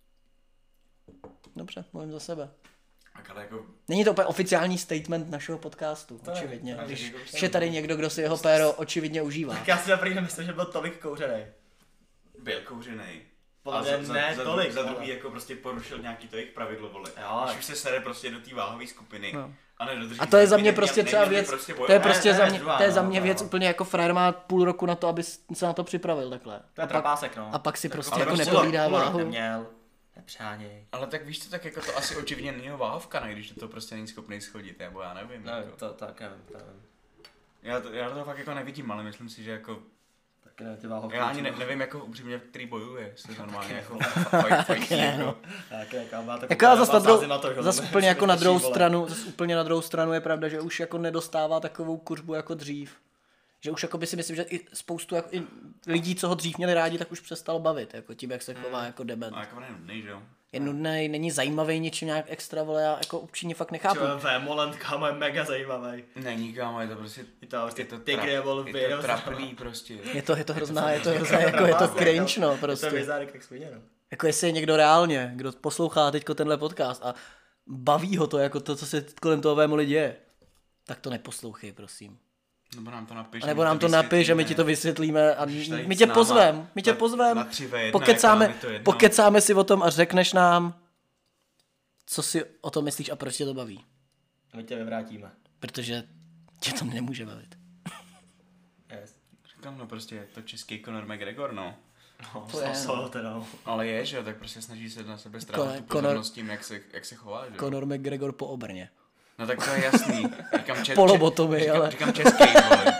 Dobře, mluvím za sebe. Tak ale jako, Není to úplně oficiální statement našeho podcastu, ne, očividně. ne, Když jako už je tady někdo, kdo si jeho péro očividně užívá. Tak já si naprý nemyslím, že byl tolik kouřenej. byl kouřenej. Podle A mě ne tolik, za ale- druhý jako prostě porušil nějaký to jejich pravidlo, vole. Jo. Když už se sere prostě do té váhové skupiny. No. A nedodrží. A to je za mě neměl- prostě neměl třeba by věc, prostě to je bojovat. prostě Ne, za ne, mě, druhá, to je za no, mě no. věc úplně jako frajer má půl roku na to, aby se na to připravil takhle. To je trapásek, no. A pak si prostě ale jako prostě nepovídá půl rok váhu. neměl. Nepřáněj. Ale tak víš to, tak jako to asi očividně není jeho váhovka, ne, když to prostě není schopný schodit, nebo já nevím. No, Jako. to tak nevím, to nevím. Já to fakt jako nevidím, ale myslím si, že jako, Taky nevím, ty váhovky. já ani nevím jako upřímně, který bojuje, jestli normálně jako fajtí, jako. Taky nekám, má to Jako já zase na druhou, na to, že zase on úplně jako na druhou vole. stranu, zase úplně na druhou stranu je pravda, že už jako nedostává takovou kuřbu jako dřív. Že už jako by si myslím, že i spoustu jako, i lidí, co ho dřív měli rádi, tak už přestalo bavit, jako tím, jak se chová jako dement. A jako on je nudnej, že jo? Je nudnej, není zajímavý ničím nějak extra, vole, já jako upřímně fakt nechápu. Čo, Vémoland, kámo, je mega zajímavý. Není, kámo, je to prostě, Je to prostě je to, Tigre trap, Wolf, je to trapný prostě. Je to hrozná, je to jako, je to cringe, no, Je to prostě. bizárek jak svině, no. Jako jestli je někdo reálně, kdo poslouchá teďko tenhle podcast a baví ho to, jako to, co se kolem toho vému děje, tak to neposlouchej, prosím. Nebo nám to napiš. A nebo nám to napiš a my ti to vysvětlíme a Můžeš tady my s tě náma pozvem, my tě na- pozvem, na 3v1, pokecáme, jako nám je to jedno. pokecáme si o tom a řekneš nám, co si o tom myslíš a proč tě to baví. My tě vyvrátíme. Protože tě to nemůže bavit. Yes. Říkám, no prostě je to český Conor McGregor, no. No, To je, solo teda, no. Ale je, že jo, tak prostě snaží se na sebe strávit tu Conor- pozornost tím, jak se chová, že jo. Conor McGregor po obrně. No tak to je jasný. Říkám Polobotomy, ale- Říkám český, vole.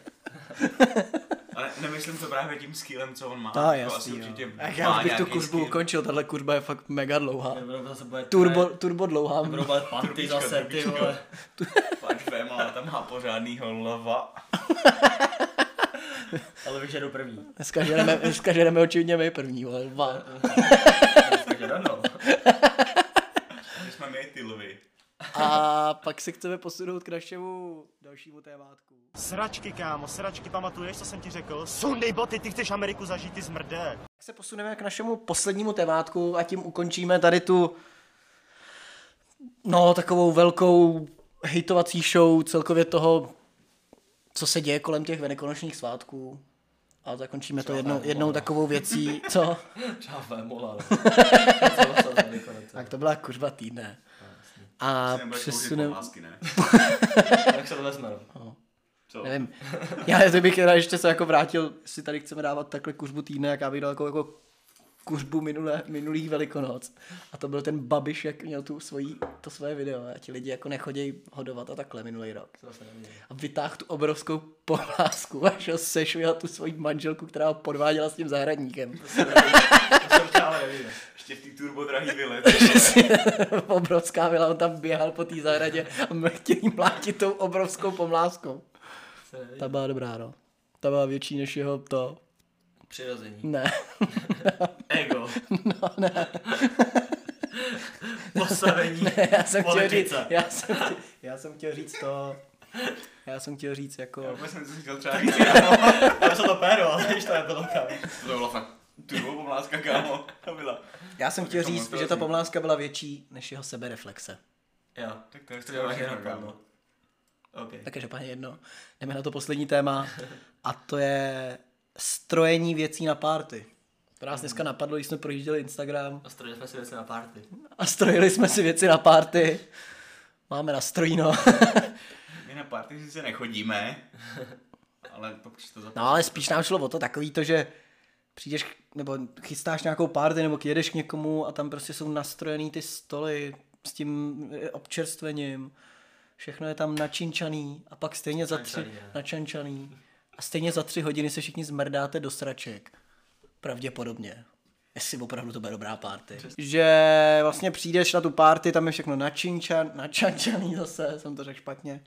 Ale nemyslím to právě tím skillem, co on má. A Jako jasný, asi jo. určitě Ach, má já bych tu nějaký kuřbu skill. ukončil, tahle kuřba je fakt mega dlouhá. Nebudou zase bude Turbo dlouhá. Budou bude panty zase, ty vole. Pač vem, ale tam má pořádnýho lva. Ale víš, že jdu první. Dneska ženeme očividně my první, vole, dva. Dneska že no. My jsme my ty lvy. A pak se chceme posunout k našemu dalšímu témátku. Sračky, kámo, sračky, pamatuješ, co jsem ti řekl? Sundej boty, ty chceš Ameriku zažít, ty zmrde. Tak se posuneme k našemu poslednímu témátku a tím ukončíme tady tu takovou velkou hejtovací show celkově toho, co se děje kolem těch velikonočních svátků. A zakončíme to jednou takovou věcí, co? Čau, Vémola, Tak to byla kuřba týdne. A Nebudeš kouřit přesuneme... pohlasky, ne? Tak se to vezme, no. Co? Nevím. Já to bych rád ještě se jako vrátil, jestli tady chceme dávat takhle kuřbu týdne, jak já bych dal jako kuřbu minulých Velikonoc. A to byl ten Babiš, jak měl to svoje video. A ti lidi jako nechodějí hodovat a takhle minulý rok. A vytáhl tu obrovskou pomlásku a šel sešvihat tu svoji manželku, která ho podváděla s tím zahradníkem. Ještě v té turbo drahý vile. Obrovská vila, on tam běhal po té zahradě a chtěl jí mlátit tou obrovskou pomláskou. Ta byla dobrá, no. Ta byla větší než jeho to. Přirození. Ne. Ego. No, ne. Postavení. Ne, já jsem chtěl říct, politice. já jsem chtěl říct to. Já jsem chtěl říct jako... Já vůbec jsem si chtěl třeba říct, Já jsem to péro, ale když to nebylo kam. to byla fakt turbo pomlázka, kámo. To byla. Já jsem chtěl to říct, monstrózní. že ta pomlázka byla větší než jeho sebereflexe. Jo. Tak to je To děláš jenom, kámo. kámo. OK. Tak každopádně jedno. Jdeme na to poslední téma. A to je strojení věcí na party. To nás dneska napadlo, když jsme projížděli Instagram A strojili jsme si věci na party. a strojili jsme si věci na party. Máme nastrojíno. My na party sice nechodíme, ale to přesto za No ale spíš nám šlo o to takový to, že přijdeš, nebo chystáš nějakou party, nebo jedeš k někomu a tam prostě jsou nastrojený ty stoly s tím občerstvením. Všechno je tam načinčaný a pak stejně načančaný. A stejně za 3 hodiny se všichni zmrdáte do sraček. Pravděpodobně. Jestli opravdu to bude dobrá party. Že vlastně přijdeš na tu party, tam je všechno načančaný zase, jsem to řekl špatně.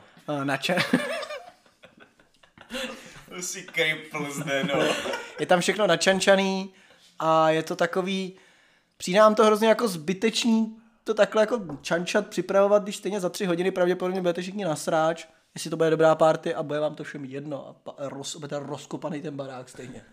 To si kripl zde, no. Je tam všechno načančaný a je to takový, přijde nám to hrozně jako zbytečný to takhle jako čančat, připravovat, když stejně za 3 hodiny pravděpodobně budete všichni na sráč, jestli to bude dobrá party a bude vám to všem jedno a budete rozkopaný ten barák stejně.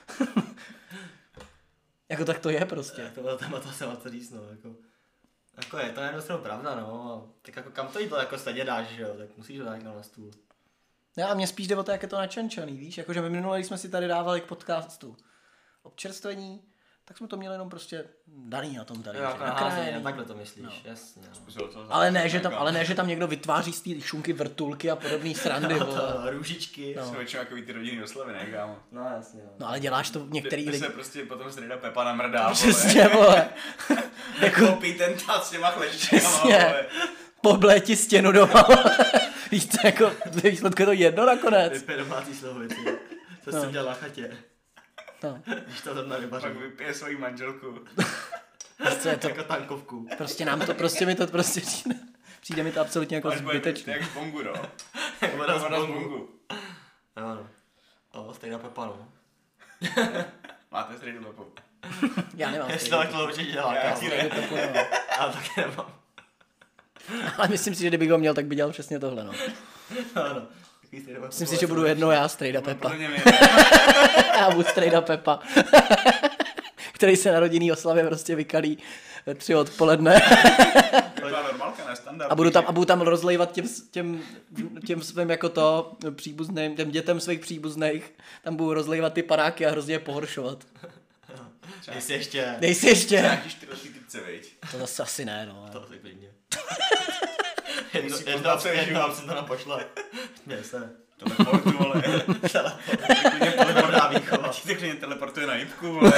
Jako tak to je prostě. To bylo téma, to jsem to říct, no, jako je to na jednu stranu pravda, no, tak jako kam to jídlo jako stejně dáš, že jo, tak musíš ho dát na stůl. No a mně spíš jde o to, jak je to načančaný, víš, jakože my minule, když jsme si tady dávali k podcastu občerstvení, tak jsme to měli jenom prostě daný na tom tady. Jo, jako naházený, takhle to myslíš, no. Jasně. No. Ale ne, že tam někdo vytváří z té šunky vrtulky a podobný srandy, vole. Růžičky. No. Jsou většinou takový ty rodinný oslavy, ne, kámo? No jasně, no. No ale děláš to některý Ty lidi. se prostě potom strejda Pepa namrdá, Přesně, vole. Jako koupí ten tát s těma chlečkama, Přesně. vole. Pobléti stěnu doma, vole. Víš co, jako výsledku je to jedno nakonec. Vypije domácí slovovici. Co jsi dělal na chatě? No. Když to tam nevybařil. Pak vypije svoji manželku. Prostě je to, Jako tankovku. prostě mi to přijde mi to absolutně jako Až bude prostě zbytečný. jak z bongu, no. Jak voda z Voda z bongu. bongu. Ano. O, stejná Pepa, no. Máte strejdu Pepu. Já nemám Jestli stejný. to určitě dělá, Já kámo. taky ne. Já taky nemám. Ale myslím si, že kdybych ho měl, tak by dělal přesně tohle, no. Ano. Takový stejná Pepa. Myslím si, že budu jednou já, Strejda Pepa. Podle mě Já budu Strejda Pepa. Který se na rodinný oslavě prostě vykalí ve 3 odpoledne. Pepa normálka, ne standard. A budu tam rozlejvat těm svým jako to příbuzným, těm dětem svých příbuzných. Tam budu rozlejvat ty panáky a hrozně je pohoršovat. Jestli ještě. Dej si ještě. Nějaký 4letý typce, viď? To zase asi ne, no. To asi klidně. Musí poznat celý Jedno život. si to nám pošle. Mě se. Teleportu, vole. Teleportná výchova. Ti to klidně teleportuje na jibku, vole.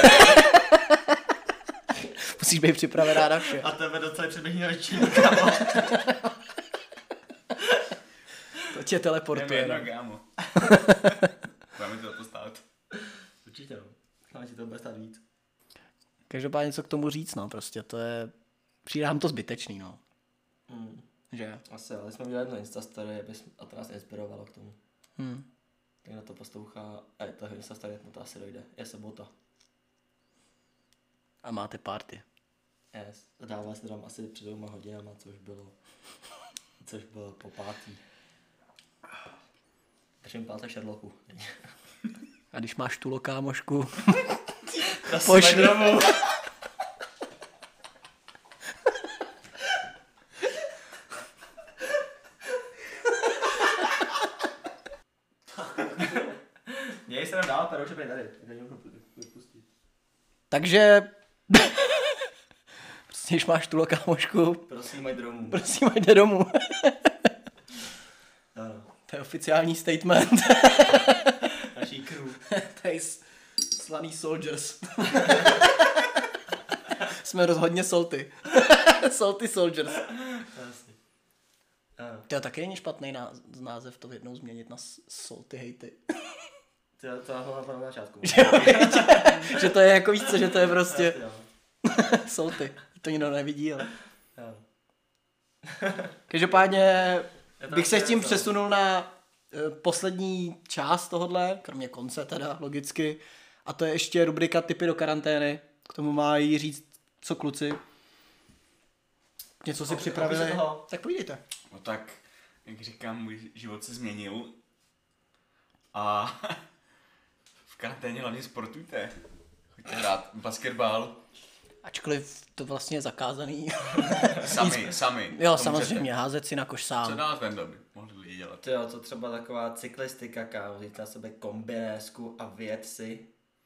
Musíš být připravená na vše. A tebe docela předběhní roční, kámo. To tě teleportuje. Jdeme No. jedno, kámo. Bude mi to za to stát. Určitě, no. Ale ti to bude stát víc. Každopádně co k tomu říct, no, prostě to je, přijde nám to zbytečný, no. Že? Asi, ale jsme měli jedno Instastory a to nás inspirovalo k tomu. Tak na to poslouchá, a je to Instastory, mu to asi dojde. Je sobota. A máte party. Yes. Dával jsem tam asi před 2 hodinama, což bylo po 5. Držím pátek Sherlocku. A když máš tu kámošku, Pošli domů. Měj se nám dál, tady už je tady. takže prostě když máš tu kámošku, Prosím, mají domů. prosím, jde domů. Ano. To je oficiální statement. Naší crew. To je slaný soldiers. Jsme rozhodně salty. Salty soldiers. Jasně. To taky není špatný název to jednou změnit na salty hejty. To já mám na začátku. Že to je jako víc co, že to je prostě Jasně, jo. salty. To nikdo nevidí, ale... Jo. Každopádně bych se s tím něco. přesunul na poslední část tohodle, kromě konce teda, logicky. A to je ještě rubrika tipy do karantény. K tomu mají říct, co kluci. Něco si připravili. Tak povídejte. No tak, jak říkám, můj život se změnil. A v karanténě hlavně sportujte. Choďte hrát basketbal. Ačkoliv to vlastně je zakázaný. Sami. Jo, To samozřejmě, můžete. házet si na koš Co sám. dál Vendo by mohli lidi dělat? Ty jo, to třeba taková cyklistika, kámo, vzít na sebe kombinésku a vyjet si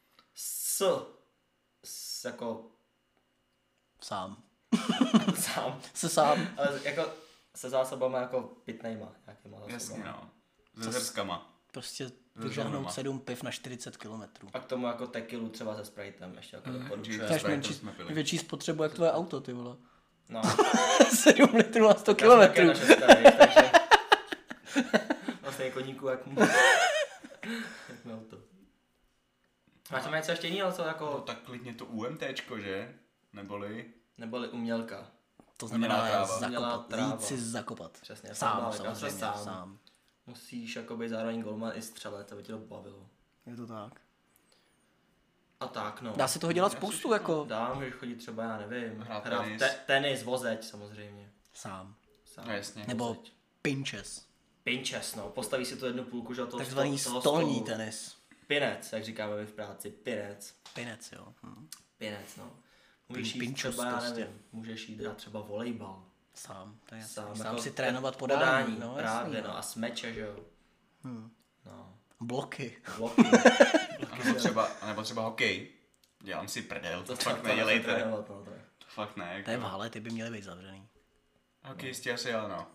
jako Sám. sám, Se sám. ale jako se zásobama jako pitnejma, nějakýma zásobama. Jasně no. Se zrskama. Prostě zónama. vyžahnout 7 piv na 40 kilometrů. A k tomu jako tequilu třeba se Spritem, ještě jako doporučuji. Sprite Máš to menší, jsme pili. větší spotřebu jak tvoje auto, ty vole. No, 7 litrů na 100 já jsem také kilometrů. na šestka, víš, takže vlastně koníku jak jak auto. Máš tam něco ještě jiného, co No jako, tak klidně to UMTčko, že? neboli umělka. To Umělá znamená tráva. Umělá zakopat, tráva. jít si zakopat. Přesně, Sám, fotbal, samozřejmě, sám. sám. Musíš jako být zároveň golman i střelec, aby tě to bavilo. Je to tak. A tak no. Dá se toho dělat spoustu, jako Dá, můžeš chodit třeba, já nevím, Hrát hrát tenis. tenis, vozeď samozřejmě. sám. Sám. No jasně. Nebo Vozeď. pinches. Pinches, no, postaví si tu jednu půlku, že toho Takzvaný toho stolní stolu. tenis. Pinec, jak říkáme my v práci, pinec. Pinec, jo. Pinec, no. Můžeš jít Pinčus třeba, já prostě. nevím, můžeš jít hrát třeba volejbal. Sám, to je jasný. Sám, Sám jako si trénovat podání. No, právě, jasný, no, a smeče, že jo. No, Bloky. bloky. Nebo třeba hokej. Dělám si prdel, to To fakt nedělejte. trénovat, no, tak. To fakt ne. To je v Jako. hale, ty by měly být zavřený. Hokejisti asi ano.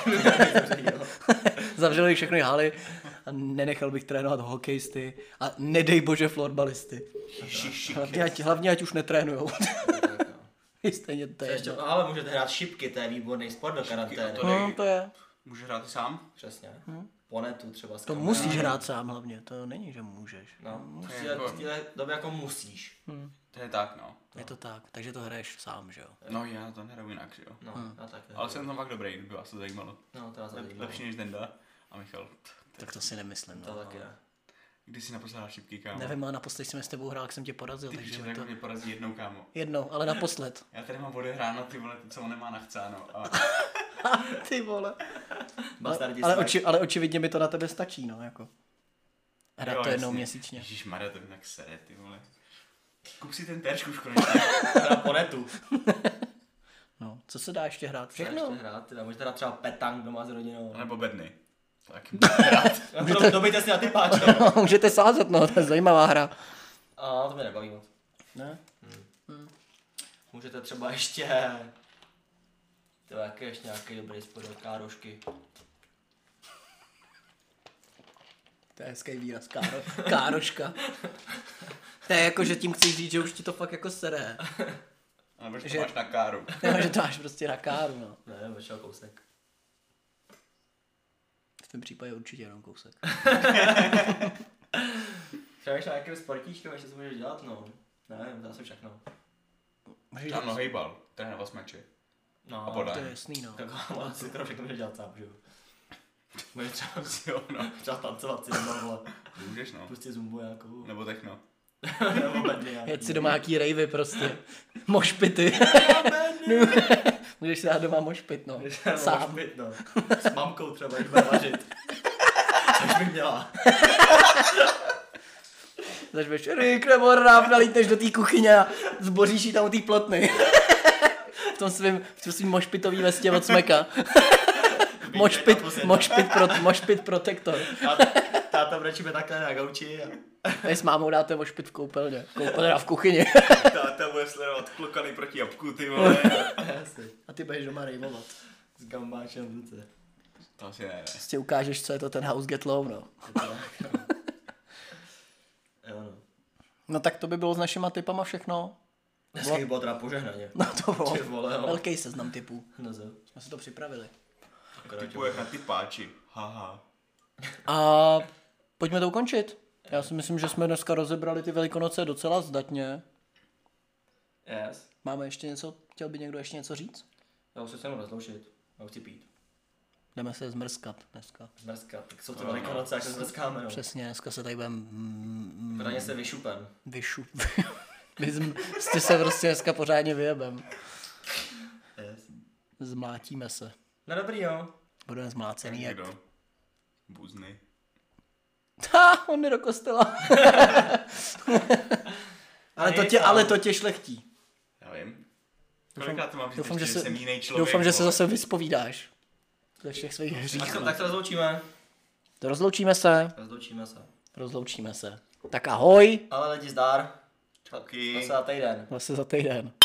Zavřeli všechny haly a nenechal bych trénovat hokejisty a nedej bože florbalisty. Hlavně ať už netrénujou. Stejně to je Ještě, jedno. ale můžete hrát šipky, to je výborný sport do karantény. To je. Můžeš hrát i sám? Přesně. Po netu třeba s To kamarádem. musíš hrát sám hlavně, to není, že můžeš. No, To je jako- v téhle době jako musíš. To je tak, no. Je to tak, takže to hraješ sám, že jo. No já to nehraju jinak, že jo. No, já taky. Ale jsem tam fakt dobrý, kdyby vás to zajímalo. No, to vás zajímalo. Lepší než Denda a Michal. Tak to si nemyslím. To No. taky ne. Když si naposled šipky, kámo. Nevím, ale naposled jsem s tebou hrál, jak jsem tě porazil, Ty takže piče, mi tak to... mě porazí jednou, kámo. Jednou, ale naposled. Já tady mám odehráno ty vole, co on nemá nachcáno. A Ty vole. Bastardi Ale, smack. ale očividně mi to na tebe stačí, no, jako. Hrát jo, to jednou jasně. měsíčně. Ježišmarja, to mi tak sere, ty vole. Kup si ten terč už konečně. Hra po netu. No, co se dá ještě hrát? Ještě Všechno. hrát, teda můžete hrát třeba petang doma s rodinou. Nebo bedny. Tak Dobejte si na ty páče. Můžete sázet, no, to je zajímavá hra. A to mě nebaví moc. Ne? Můžete třeba ještě... To je jaký ještě nějaký dobrý sport do károšky. To je hezký výraz, Károška. To je jako, že tím chceš říct, že už ti to fakt jako sere. A nebo že Že- to máš na káru. Nebo že to máš prostě na káru, no. Ne, vešel kousek. V tom případě určitě jenom kousek. Přemýšlel nějakým sportíčkem, ještě co můžeš dělat, no. Nevím, to asi všechno. Můžeš Tam hejbal, trénoval smeče. No, A podá. To je jasný, no. Tak asi skoro všechno můžeš dělat sám, že jo. Můžeš třeba, Jo, no. třeba tancovat si doma, vole. Můžeš, no. Pustit zumbu nějakou. Nebo techno. Nebo bedny nějaký. Jet si doma nějaký rejvy prostě. Mošpity. Můžeš si dát doma mošpit, no. Sám. Mošpit, no. S mamkou třeba, když bude vařit. Což bych měla. Zažbeš Rick nebo Ráv, nalítneš do té kuchyně a zboříš jí tam u té plotny. v tom svým mošpitový vestě od Smeka. mošpit protektor. Táta brečíme takhle na gauči a... Tady s mámou dáte mošpit v koupelně. Koupelna v kuchyni. Táta bude sledovat klokany proti jabku, ty vole. Jasně. A ty budeš doma rejvovat. S gambáčem v ruce. To asi ne. Prostě ukážeš, co je to ten House Get Low, no. Jo, no. No tak to by bylo s našima typama všechno. Dneska jich bylo teda požehnaně. No to bylo Ty vole, jo. velký seznam typů. No zo. Jsme si to připravili. Typu jak na ty páči. Haha. A pojďme to ukončit. Já si myslím, že jsme dneska rozebrali ty Velikonoce docela zdatně. Yes. Máme ještě něco? Chtěl by někdo ještě něco říct? Já už se jenom rozloučit. Já chci pít. Jdeme se zmrskat dneska. Zmrzka. Tak jsou to Velikonoce, jak se zmrzkáme, no. Přesně, dneska se tady budeme Pořádně se vyšupem. Prostě se prostě dneska pořádně vyjebem. Yes. Zmlátíme se. No dobrý, jo. Budeme zmlácený jak... Někdo. Buzny. Ha, on jde do kostela. ale to tě šlechtí. Já vím. Kolikrát to mám říct, Doufám, že že jsem jiný člověk. doufám, že se vole. zase vyspovídáš. Ze všech svých hříchů. Tak se rozloučíme. Rozloučíme se. Rozloučíme se. Tak ahoj. Ale lidi zdar. Čauky. Zase za týden. Zase za týden.